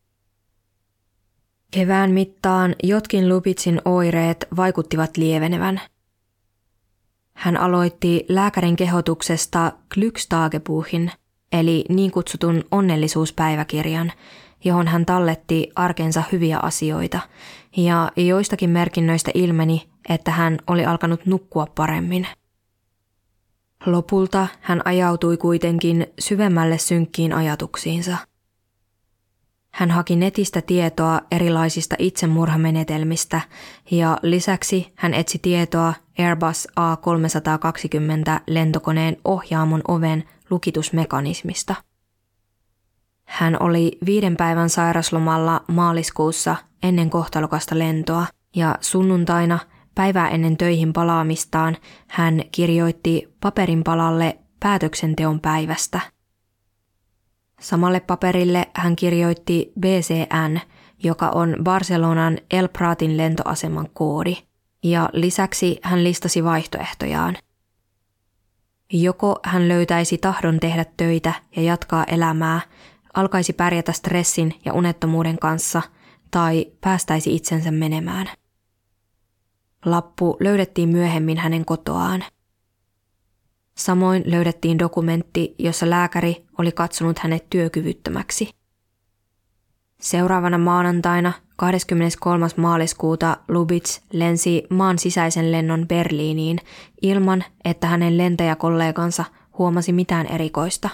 [SPEAKER 1] Kevään mittaan jotkin Lubitzin oireet vaikuttivat lievenevän. Hän aloitti lääkärin kehotuksesta Glückstagebuchin, eli niin kutsutun onnellisuuspäiväkirjan, johon hän talletti arkensa hyviä asioita, ja joistakin merkinnöistä ilmeni, että hän oli alkanut nukkua paremmin. Lopulta hän ajautui kuitenkin syvemmälle synkkiin ajatuksiinsa. Hän haki netistä tietoa erilaisista itsemurhamenetelmistä ja lisäksi hän etsi tietoa Airbus A kolmesataakaksikymmentä lentokoneen ohjaamon oven lukitusmekanismista. Hän oli viiden päivän sairaslomalla maaliskuussa ennen kohtalokasta lentoa ja sunnuntaina päivää ennen töihin palaamistaan hän kirjoitti paperinpalalle päätöksenteon päivästä. Samalle paperille hän kirjoitti B C N, joka on Barcelonan El Pratin lentoaseman koodi, ja lisäksi hän listasi vaihtoehtojaan. Joko hän löytäisi tahdon tehdä töitä ja jatkaa elämää, alkaisi pärjätä stressin ja unettomuuden kanssa tai päästäisi itsensä menemään. Lappu löydettiin myöhemmin hänen kotoaan. Samoin löydettiin dokumentti, jossa lääkäri oli katsonut hänet työkyvyttömäksi. Seuraavana maanantaina kahdeskymmeneskolmas maaliskuuta Lubitz lensi maan sisäisen lennon Berliiniin ilman, että hänen lentäjäkollegansa huomasi mitään erikoista.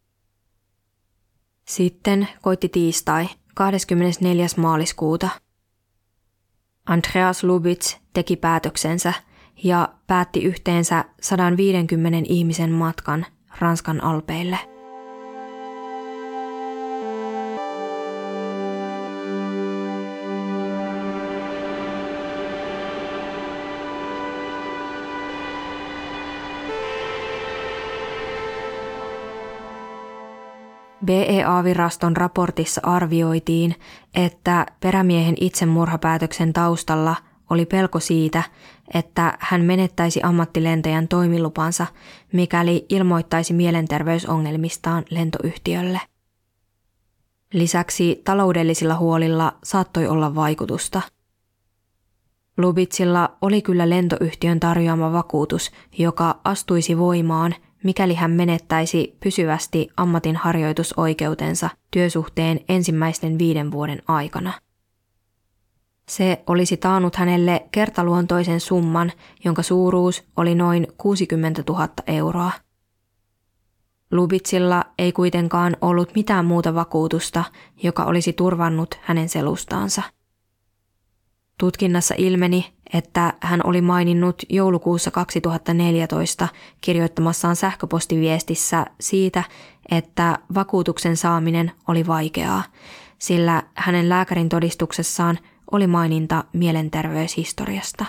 [SPEAKER 1] Sitten koitti tiistai, kahdeskymmenesneljäs maaliskuuta. Andreas Lubitz teki päätöksensä ja päätti yhteensä sata viisikymmentä ihmisen matkan Ranskan alpeille. B E A-viraston raportissa arvioitiin, että perämiehen itsemurhapäätöksen taustalla oli pelko siitä, että hän menettäisi ammattilentäjän toimilupansa, mikäli ilmoittaisi mielenterveysongelmistaan lentoyhtiölle. Lisäksi taloudellisilla huolilla saattoi olla vaikutusta. Lubitzilla oli kyllä lentoyhtiön tarjoama vakuutus, joka astuisi voimaan, mikäli hän menettäisi pysyvästi ammatinharjoitusoikeutensa työsuhteen ensimmäisten viiden vuoden aikana. Se olisi taannut hänelle kertaluontoisen summan, jonka suuruus oli noin kuusikymmentätuhatta euroa. Lubitzilla ei kuitenkaan ollut mitään muuta vakuutusta, joka olisi turvannut hänen selustaansa. Tutkinnassa ilmeni, että hän oli maininnut joulukuussa kaksituhattaneljätoista kirjoittamassaan sähköpostiviestissä siitä, että vakuutuksen saaminen oli vaikeaa, sillä hänen lääkärin todistuksessaan oli maininta mielenterveyshistoriasta.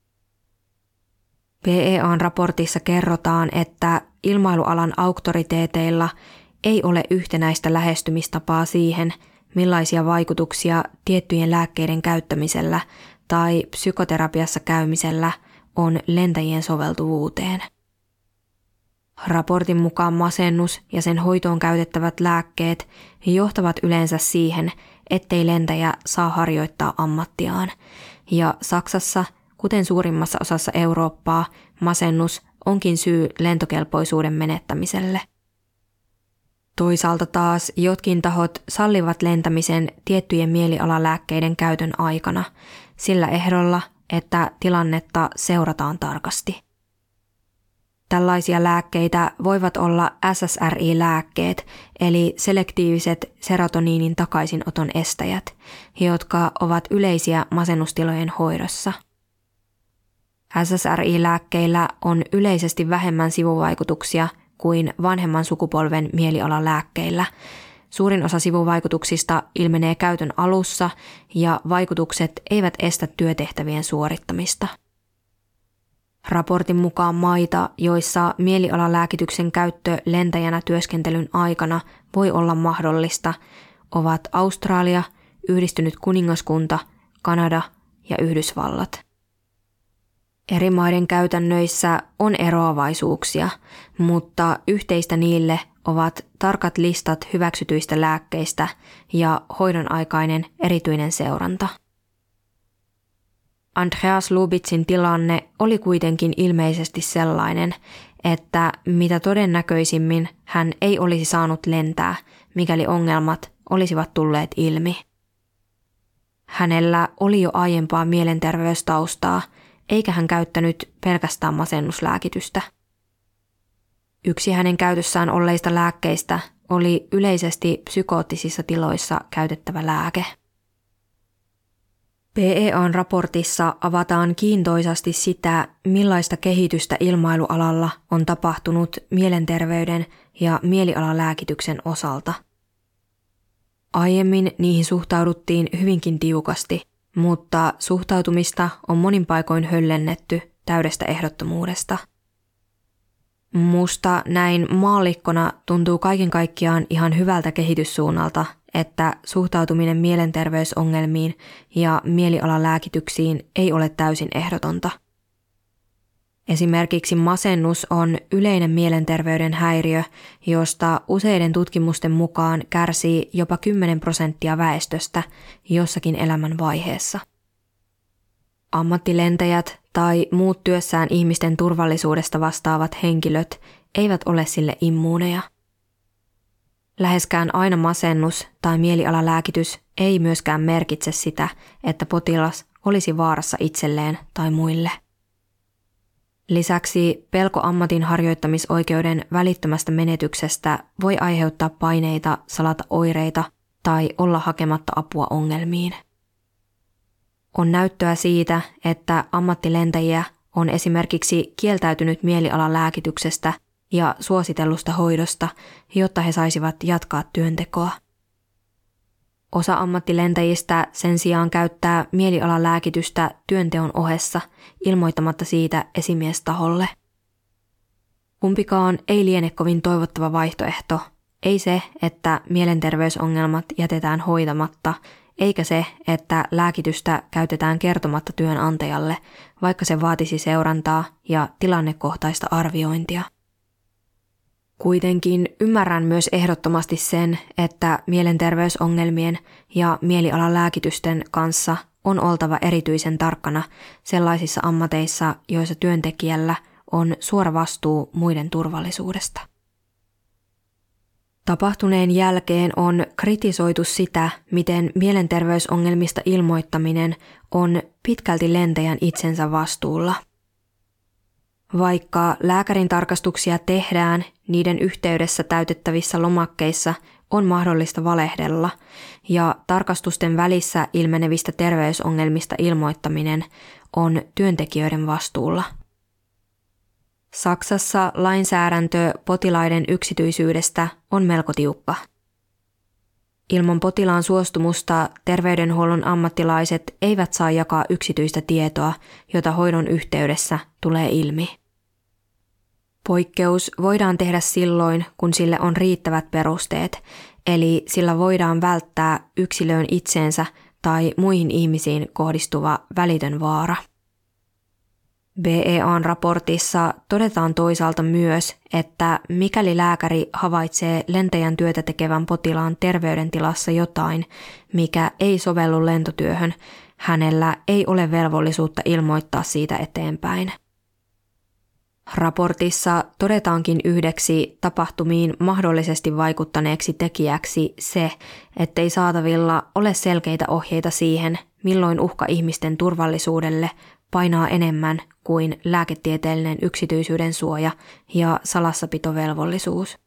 [SPEAKER 1] B E A:n raportissa kerrotaan, että ilmailualan auktoriteeteilla ei ole yhtenäistä lähestymistapaa siihen, millaisia vaikutuksia tiettyjen lääkkeiden käyttämisellä tai psykoterapiassa käymisellä on lentäjien soveltuvuuteen. Raportin mukaan masennus ja sen hoitoon käytettävät lääkkeet johtavat yleensä siihen, ettei lentäjä saa harjoittaa ammattiaan, ja Saksassa, kuten suurimmassa osassa Eurooppaa, masennus onkin syy lentokelpoisuuden menettämiselle. Toisaalta taas jotkin tahot sallivat lentämisen tiettyjen mielialalääkkeiden käytön aikana, sillä ehdolla, että tilannetta seurataan tarkasti. Tällaisia lääkkeitä voivat olla S S R I-lääkkeet, eli selektiiviset serotoniinin takaisinoton estäjät, jotka ovat yleisiä masennustilojen hoidossa. S S R I-lääkkeillä on yleisesti vähemmän sivuvaikutuksia kuin vanhemman sukupolven mielialalääkkeillä. Suurin osa sivuvaikutuksista ilmenee käytön alussa ja vaikutukset eivät estä työtehtävien suorittamista. Raportin mukaan maita, joissa mielialalääkityksen käyttö lentäjänä työskentelyn aikana voi olla mahdollista, ovat Australia, Yhdistynyt kuningaskunta, Kanada ja Yhdysvallat. Eri maiden käytännöissä on eroavaisuuksia, mutta yhteistä niille ovat tarkat listat hyväksytyistä lääkkeistä ja hoidon aikainen erityinen seuranta. Andreas Lubitzin tilanne oli kuitenkin ilmeisesti sellainen, että mitä todennäköisimmin hän ei olisi saanut lentää, mikäli ongelmat olisivat tulleet ilmi. Hänellä oli jo aiempaa mielenterveystaustaa, eikä hän käyttänyt pelkästään masennuslääkitystä. Yksi hänen käytössään olleista lääkkeistä oli yleisesti psykoottisissa tiloissa käytettävä lääke. B E A:n raportissa avataan kiintoisasti sitä, millaista kehitystä ilmailualalla on tapahtunut mielenterveyden ja mielialalääkityksen osalta. Aiemmin niihin suhtauduttiin hyvinkin tiukasti, mutta suhtautumista on monin paikoin höllennetty täydestä ehdottomuudesta. Musta näin maallikkona tuntuu kaiken kaikkiaan ihan hyvältä kehityssuunnalta, että suhtautuminen mielenterveysongelmiin ja mielialalääkityksiin ei ole täysin ehdotonta. Esimerkiksi masennus on yleinen mielenterveyden häiriö, josta useiden tutkimusten mukaan kärsii jopa kymmenen prosenttia väestöstä jossakin elämän vaiheessa. Ammattilentäjät tai muut työssään ihmisten turvallisuudesta vastaavat henkilöt eivät ole sille immuuneja. Läheskään aina masennus tai mielialalääkitys ei myöskään merkitse sitä, että potilas olisi vaarassa itselleen tai muille. Lisäksi pelko ammatin harjoittamisoikeuden välittömästä menetyksestä voi aiheuttaa paineita salata oireita tai olla hakematta apua ongelmiin. On näyttöä siitä, että ammattilentäjiä on esimerkiksi kieltäytynyt mielialalääkityksestä ja suositellusta hoidosta, jotta he saisivat jatkaa työntekoa. Osa ammattilentäjistä sen sijaan käyttää mielialalääkitystä työnteon ohessa ilmoittamatta siitä esimiestaholle. Kumpikaan ei liene kovin toivottava vaihtoehto, ei se, että mielenterveysongelmat jätetään hoitamatta, eikä se, että lääkitystä käytetään kertomatta työnantajalle, vaikka se vaatisi seurantaa ja tilannekohtaista arviointia. Kuitenkin ymmärrän myös ehdottomasti sen, että mielenterveysongelmien ja mielialalääkitysten kanssa on oltava erityisen tarkkana sellaisissa ammateissa, joissa työntekijällä on suora vastuu muiden turvallisuudesta. Tapahtuneen jälkeen on kritisoitu sitä, miten mielenterveysongelmista ilmoittaminen on pitkälti lentäjän itsensä vastuulla. Vaikka lääkärin tarkastuksia tehdään, niiden yhteydessä täytettävissä lomakkeissa on mahdollista valehdella ja tarkastusten välissä ilmenevistä terveysongelmista ilmoittaminen on työntekijöiden vastuulla. Saksassa lainsäädäntö potilaiden yksityisyydestä on melko tiukka. Ilman potilaan suostumusta terveydenhuollon ammattilaiset eivät saa jakaa yksityistä tietoa, jota hoidon yhteydessä tulee ilmi. Poikkeus voidaan tehdä silloin, kun sille on riittävät perusteet, eli sillä voidaan välttää yksilöön itseensä tai muihin ihmisiin kohdistuva välitön vaara. B E A:n raportissa todetaan toisaalta myös, että mikäli lääkäri havaitsee lentäjän työtä tekevän potilaan terveydentilassa jotain, mikä ei sovellu lentotyöhön, hänellä ei ole velvollisuutta ilmoittaa siitä eteenpäin. Raportissa todetaankin yhdeksi tapahtumiin mahdollisesti vaikuttaneeksi tekijäksi se, ettei saatavilla ole selkeitä ohjeita siihen, milloin uhka ihmisten turvallisuudelle painaa enemmän kuin lääketieteellinen yksityisyyden suoja ja salassapitovelvollisuus.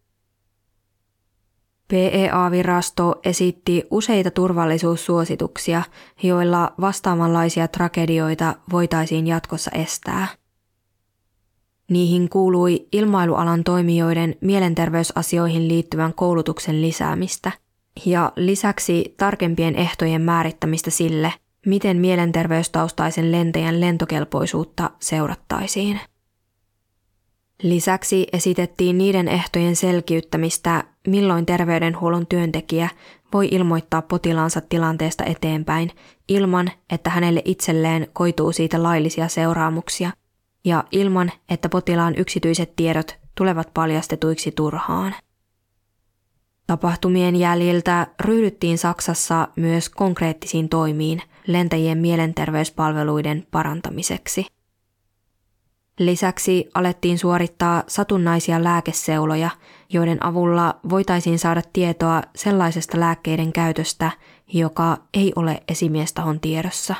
[SPEAKER 1] P E A-virasto esitti useita turvallisuussuosituksia, joilla vastaavanlaisia tragedioita voitaisiin jatkossa estää. Niihin kuului ilmailualan toimijoiden mielenterveysasioihin liittyvän koulutuksen lisäämistä ja lisäksi tarkempien ehtojen määrittämistä sille, miten mielenterveystaustaisen lentäjän lentokelpoisuutta seurattaisiin. Lisäksi esitettiin niiden ehtojen selkiyttämistä, milloin terveydenhuollon työntekijä voi ilmoittaa potilaansa tilanteesta eteenpäin ilman, että hänelle itselleen koituu siitä laillisia seuraamuksia ja ilman, että potilaan yksityiset tiedot tulevat paljastetuiksi turhaan. Tapahtumien jäljiltä ryhdyttiin Saksassa myös konkreettisiin toimiin lentäjien mielenterveyspalveluiden parantamiseksi. Lisäksi alettiin suorittaa satunnaisia lääkeseuloja, joiden avulla voitaisiin saada tietoa sellaisesta lääkkeiden käytöstä, joka ei ole esimiestahon tiedossa.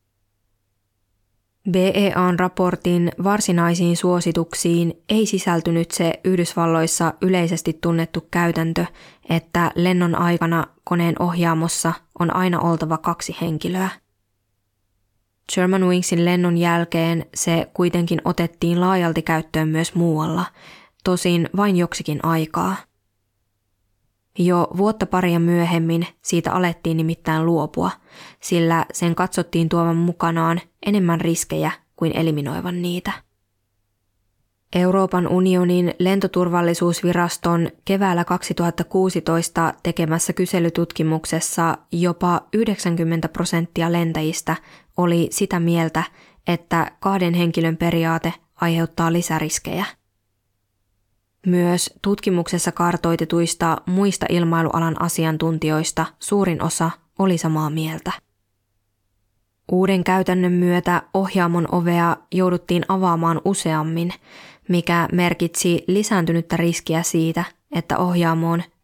[SPEAKER 1] B E A:n raportin varsinaisiin suosituksiin ei sisältynyt se Yhdysvalloissa yleisesti tunnettu käytäntö, että lennon aikana koneen ohjaamossa on aina oltava kaksi henkilöä. Germanwingsin lennon jälkeen se kuitenkin otettiin laajalti käyttöön myös muualla, tosin vain joksikin aikaa. Jo vuotta paria myöhemmin siitä alettiin nimittäin luopua, sillä sen katsottiin tuovan mukanaan enemmän riskejä kuin eliminoivan niitä. Euroopan unionin lentoturvallisuusviraston keväällä kaksituhattakuusitoista tekemässä kyselytutkimuksessa jopa yhdeksänkymmentä prosenttia lentäjistä oli sitä mieltä, että kahden henkilön periaate aiheuttaa lisäriskejä. Myös tutkimuksessa kartoitetuista muista ilmailualan asiantuntijoista suurin osa oli samaa mieltä. Uuden käytännön myötä ohjaamon ovea jouduttiin avaamaan useammin, mikä merkitsi lisääntynyttä riskiä siitä, että ohjaamoon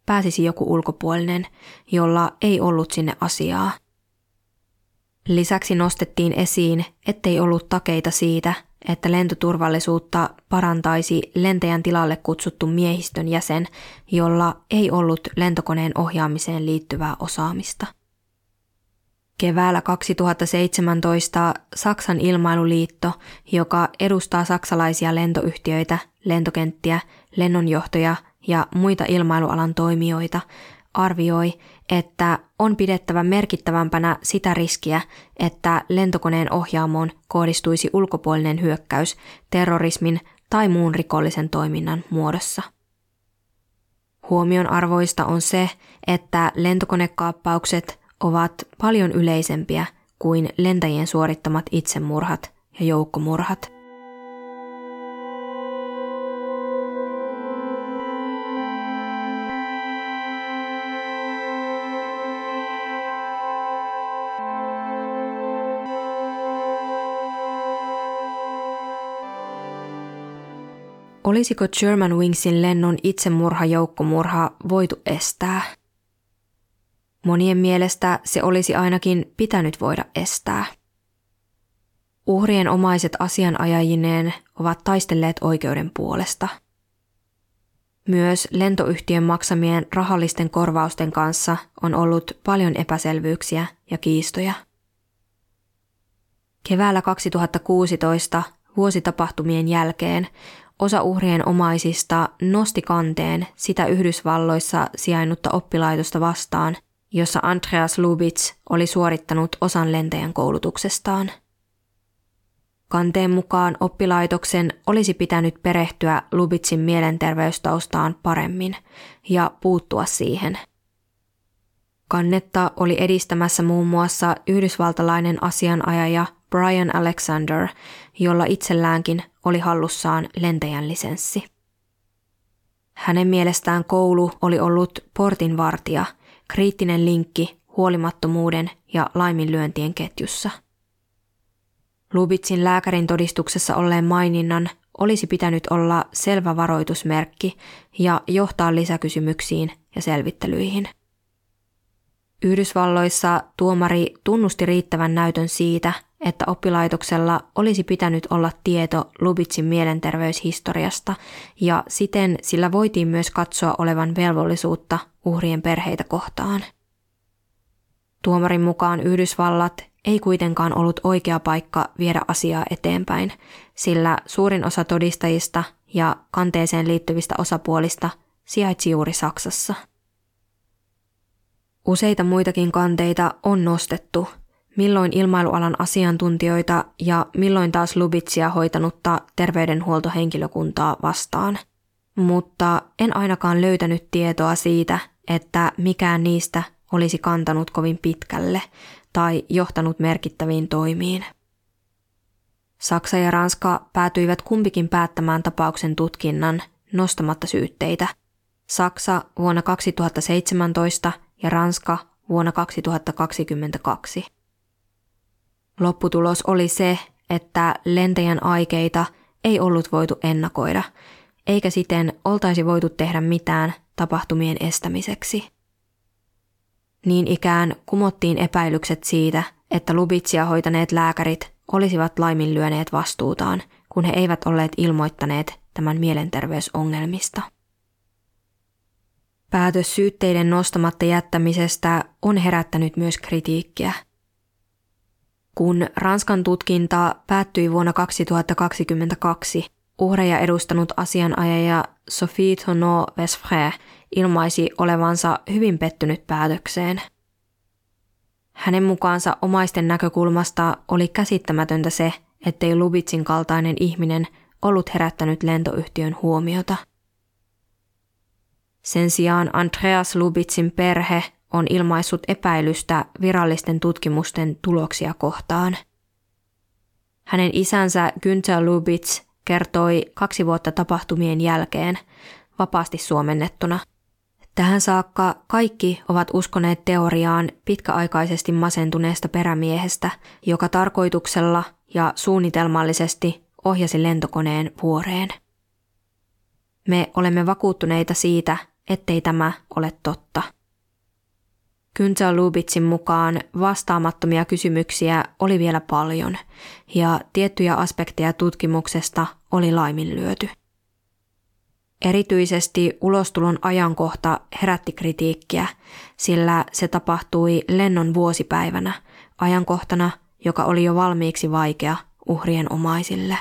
[SPEAKER 1] pääsisi joku ulkopuolinen, jolla ei ollut sinne asiaa. Lisäksi nostettiin esiin, ettei ollut takeita siitä, että lentoturvallisuutta parantaisi lentäjän tilalle kutsuttu miehistön jäsen, jolla ei ollut lentokoneen ohjaamiseen liittyvää osaamista. Keväällä kaksituhattaseitsemäntoista Saksan ilmailuliitto, joka edustaa saksalaisia lentoyhtiöitä, lentokenttiä, lennonjohtoja ja muita ilmailualan toimijoita, arvioi, että on pidettävä merkittävämpänä sitä riskiä, että lentokoneen ohjaamoon kohdistuisi ulkopuolinen hyökkäys terrorismin tai muun rikollisen toiminnan muodossa. Huomionarvoista on se, että lentokonekaappaukset ovat paljon yleisempiä kuin lentäjien suorittamat itsemurhat ja joukkomurhat. Olisiko Germanwingsin lennon itsemurha-joukkomurha voitu estää? Monien mielestä se olisi ainakin pitänyt voida estää. Uhrien omaiset asianajajineen ovat taistelleet oikeuden puolesta. Myös lentoyhtiön maksamien rahallisten korvausten kanssa on ollut paljon epäselvyyksiä ja kiistoja. Keväällä kaksituhattakuusitoista vuositapahtumien jälkeen osa uhrien omaisista nosti kanteen sitä Yhdysvalloissa sijainnutta oppilaitosta vastaan, jossa Andreas Lubitz oli suorittanut osan lentäjän koulutuksestaan. Kanteen mukaan oppilaitoksen olisi pitänyt perehtyä Lubitzin mielenterveystaustaan paremmin ja puuttua siihen. Kannetta oli edistämässä muun muassa yhdysvaltalainen asianajaja Brian Alexander, jolla itselläänkin oli hallussaan lentäjän lisenssi. Hänen mielestään koulu oli ollut portinvartija, kriittinen linkki huolimattomuuden ja laiminlyöntien ketjussa. Lubitzin lääkärin todistuksessa olleen maininnan olisi pitänyt olla selvä varoitusmerkki ja johtaa lisäkysymyksiin ja selvittelyihin. Yhdysvalloissa tuomari tunnusti riittävän näytön siitä, että oppilaitoksella olisi pitänyt olla tieto Lubitzin mielenterveyshistoriasta ja siten sillä voitiin myös katsoa olevan velvollisuutta uhrien perheitä kohtaan. Tuomarin mukaan Yhdysvallat ei kuitenkaan ollut oikea paikka viedä asiaa eteenpäin, sillä suurin osa todistajista ja kanteeseen liittyvistä osapuolista sijaitsi juuri Saksassa. Useita muitakin kanteita on nostettu, milloin ilmailualan asiantuntijoita ja milloin taas Lubitzia hoitanutta terveydenhuoltohenkilökuntaa vastaan. Mutta en ainakaan löytänyt tietoa siitä, että mikään niistä olisi kantanut kovin pitkälle tai johtanut merkittäviin toimiin. Saksa ja Ranska päätyivät kumpikin päättämään tapauksen tutkinnan nostamatta syytteitä. Saksa vuonna kaksituhattaseitsemäntoista ja Ranska vuonna kaksituhattakaksikymmentäkaksi. Lopputulos oli se, että lentäjän aikeita ei ollut voitu ennakoida, eikä siten oltaisi voitu tehdä mitään tapahtumien estämiseksi. Niin ikään kumottiin epäilykset siitä, että Lubitzia hoitaneet lääkärit olisivat laiminlyöneet vastuutaan, kun he eivät olleet ilmoittaneet tämän mielenterveysongelmista. Päätös syytteiden nostamatta jättämisestä on herättänyt myös kritiikkiä. Kun Ranskan tutkinta päättyi vuonna kaksituhattakaksikymmentäkaksi, uhreja edustanut asianajaja Sophie Tonneau-Vesfray ilmaisi olevansa hyvin pettynyt päätökseen. Hänen mukaansa omaisten näkökulmasta oli käsittämätöntä se, ettei Lubitzin kaltainen ihminen ollut herättänyt lentoyhtiön huomiota. Sen sijaan Andreas Lubitzin perhe on ilmaissut epäilystä virallisten tutkimusten tuloksia kohtaan. Hänen isänsä Günther Lubitz kertoi kaksi vuotta tapahtumien jälkeen, vapaasti suomennettuna. Tähän saakka kaikki ovat uskoneet teoriaan pitkäaikaisesti masentuneesta perämiehestä, joka tarkoituksella ja suunnitelmallisesti ohjasi lentokoneen vuoreen. Me olemme vakuuttuneita siitä, ettei tämä ole totta. Günter Lubitzin mukaan vastaamattomia kysymyksiä oli vielä paljon ja tiettyjä aspekteja tutkimuksesta oli laiminlyöty. Erityisesti ulostulon ajankohta herätti kritiikkiä, sillä se tapahtui lennon vuosipäivänä, ajankohtana, joka oli jo valmiiksi vaikea uhrien omaisille.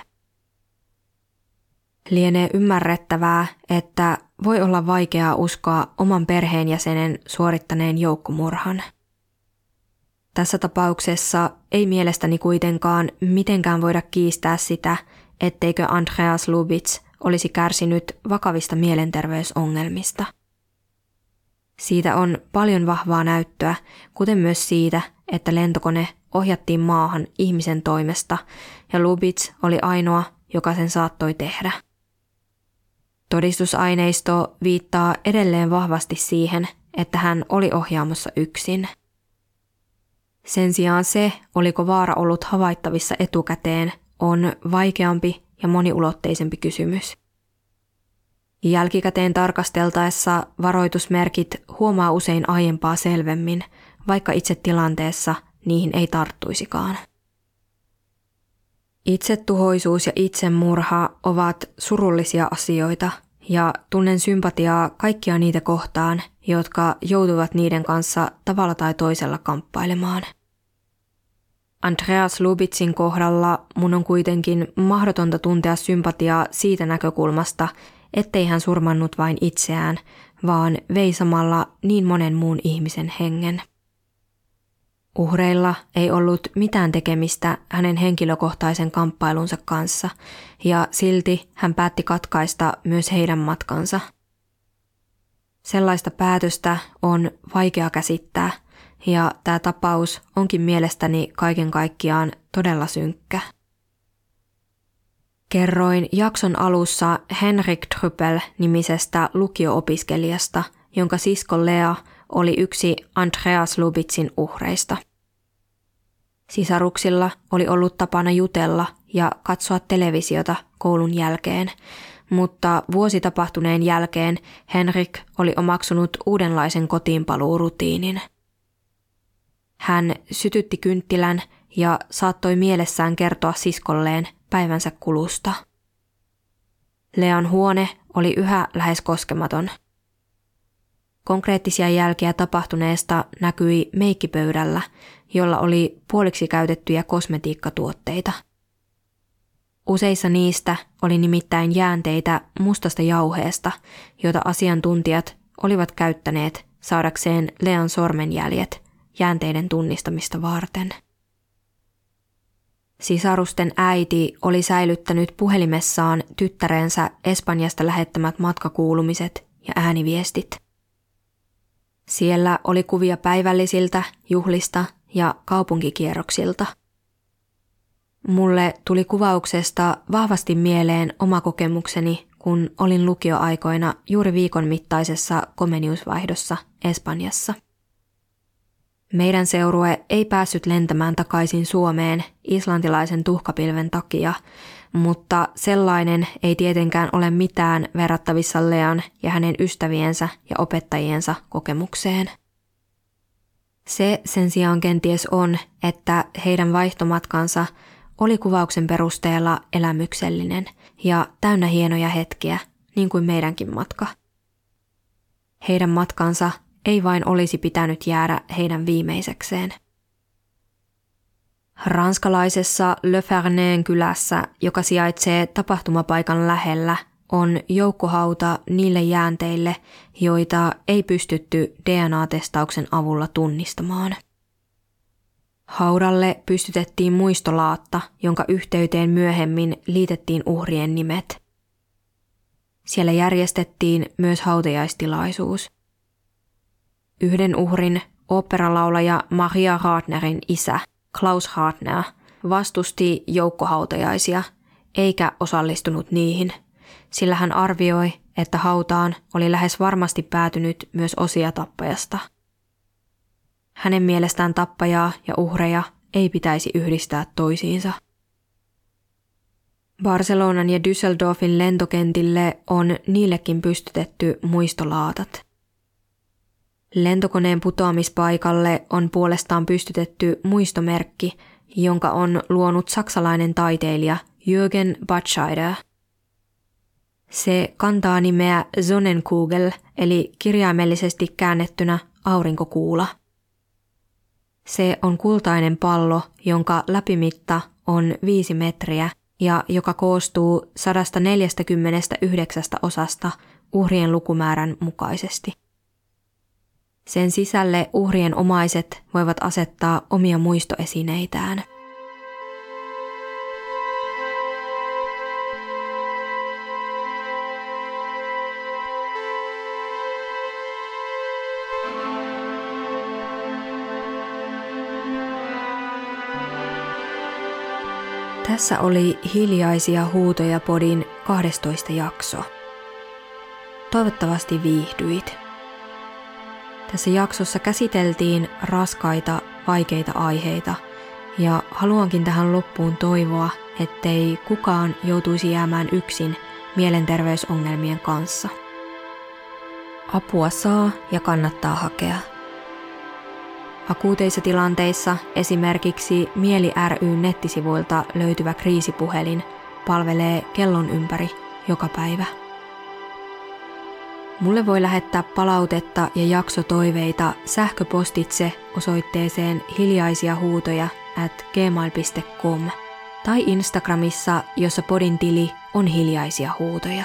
[SPEAKER 1] Lienee ymmärrettävää, että voi olla vaikeaa uskoa oman perheenjäsenen suorittaneen joukkomurhan. Tässä tapauksessa ei mielestäni kuitenkaan mitenkään voida kiistää sitä, etteikö Andreas Lubitz olisi kärsinyt vakavista mielenterveysongelmista. Siitä on paljon vahvaa näyttöä, kuten myös siitä, että lentokone ohjattiin maahan ihmisen toimesta ja Lubitz oli ainoa, joka sen saattoi tehdä. Todistusaineisto viittaa edelleen vahvasti siihen, että hän oli ohjaamossa yksin. Sen sijaan se, oliko vaara ollut havaittavissa etukäteen, on vaikeampi ja moniulotteisempi kysymys. Jälkikäteen tarkasteltaessa varoitusmerkit huomaa usein aiempaa selvemmin, vaikka itse tilanteessa niihin ei tarttuisikaan. Itsetuhoisuus ja itsemurha ovat surullisia asioita ja tunnen sympatiaa kaikkia niitä kohtaan, jotka joutuvat niiden kanssa tavalla tai toisella kamppailemaan. Andreas Lubitzin kohdalla mun on kuitenkin mahdotonta tuntea sympatiaa siitä näkökulmasta, ettei hän surmannut vain itseään, vaan vei samalla niin monen muun ihmisen hengen. Uhreilla ei ollut mitään tekemistä hänen henkilökohtaisen kamppailunsa kanssa, ja silti hän päätti katkaista myös heidän matkansa. Sellaista päätöstä on vaikea käsittää, ja tämä tapaus onkin mielestäni kaiken kaikkiaan todella synkkä. Kerroin jakson alussa Henrik Trypel-nimisestä lukio-opiskelijasta, jonka sisko Lea oli yksi Andreas Lubitzin uhreista. Sisaruksilla oli ollut tapana jutella ja katsoa televisiota koulun jälkeen, mutta vuosi tapahtuneen jälkeen Henrik oli omaksunut uudenlaisen kotiinpaluurutiinin. Hän sytytti kynttilän ja saattoi mielessään kertoa siskolleen päivänsä kulusta. Lean huone oli yhä lähes koskematon. Konkreettisia jälkiä tapahtuneesta näkyi meikkipöydällä, jolla oli puoliksi käytettyjä kosmetiikkatuotteita. Useissa niistä oli nimittäin jäänteitä mustasta jauheesta, jota asiantuntijat olivat käyttäneet saadakseen Lean sormenjäljet jäänteiden tunnistamista varten. Sisarusten äiti oli säilyttänyt puhelimessaan tyttärensä Espanjasta lähettämät matkakuulumiset ja ääniviestit. Siellä oli kuvia päivällisiltä, juhlista ja kaupunkikierroksilta. Mulle tuli kuvauksesta vahvasti mieleen oma kokemukseni, kun olin lukioaikoina juuri viikon mittaisessa komeniusvaihdossa Espanjassa. Meidän seurue ei päässyt lentämään takaisin Suomeen islantilaisen tuhkapilven takia, mutta sellainen ei tietenkään ole mitään verrattavissa Lean ja hänen ystäviensä ja opettajiensa kokemukseen. Se sen sijaan kenties on, että heidän vaihtomatkansa oli kuvauksen perusteella elämyksellinen ja täynnä hienoja hetkiä, niin kuin meidänkin matka. Heidän matkansa ei vain olisi pitänyt jäädä heidän viimeisekseen. Ranskalaisessa Le Ferneen kylässä, joka sijaitsee tapahtumapaikan lähellä, on joukkohauta niille jäänteille, joita ei pystytty D N A-testauksen avulla tunnistamaan. Haudalle pystytettiin muistolaatta, jonka yhteyteen myöhemmin liitettiin uhrien nimet. Siellä järjestettiin myös hautajaistilaisuus. Yhden uhrin, oopperalaulaja Maria Ratnerin isä, Klaus Ratner, vastusti joukkohautajaisia eikä osallistunut niihin, sillä hän arvioi, että hautaan oli lähes varmasti päätynyt myös osia tappajasta. Hänen mielestään tappajaa ja uhreja ei pitäisi yhdistää toisiinsa. Barcelonan ja Düsseldorfin lentokentille on niillekin pystytetty muistolaatat. Lentokoneen putoamispaikalle on puolestaan pystytetty muistomerkki, jonka on luonut saksalainen taiteilija Jürgen Batscheider. Se kantaa nimeä Sonnenkugel, eli kirjaimellisesti käännettynä aurinkokuula. Se on kultainen pallo, jonka läpimitta on viisi metriä ja joka koostuu sata neljäkymmentäyhdeksän osasta uhrien lukumäärän mukaisesti. Sen sisälle uhrien omaiset voivat asettaa omia muistoesineitään. Tässä oli Hiljaisia huutoja podin kahdestoista jakso. Toivottavasti viihdyit. Tässä jaksossa käsiteltiin raskaita, vaikeita aiheita ja haluankin tähän loppuun toivoa, ettei kukaan joutuisi jäämään yksin mielenterveysongelmien kanssa. Apua saa ja kannattaa hakea. Akuuteissa tilanteissa esimerkiksi Mieli ry:n nettisivuilta löytyvä kriisipuhelin palvelee kellon ympäri joka päivä. Mulle voi lähettää palautetta ja jaksotoiveita sähköpostitse osoitteeseen hiljaisiahuutoja at gmail piste com tai Instagramissa, jossa podin tili on Hiljaisia huutoja.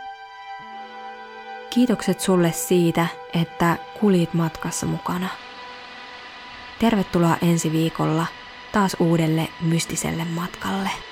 [SPEAKER 1] Kiitokset sulle siitä, että kulit matkassa mukana. Tervetuloa ensi viikolla taas uudelle mystiselle matkalle.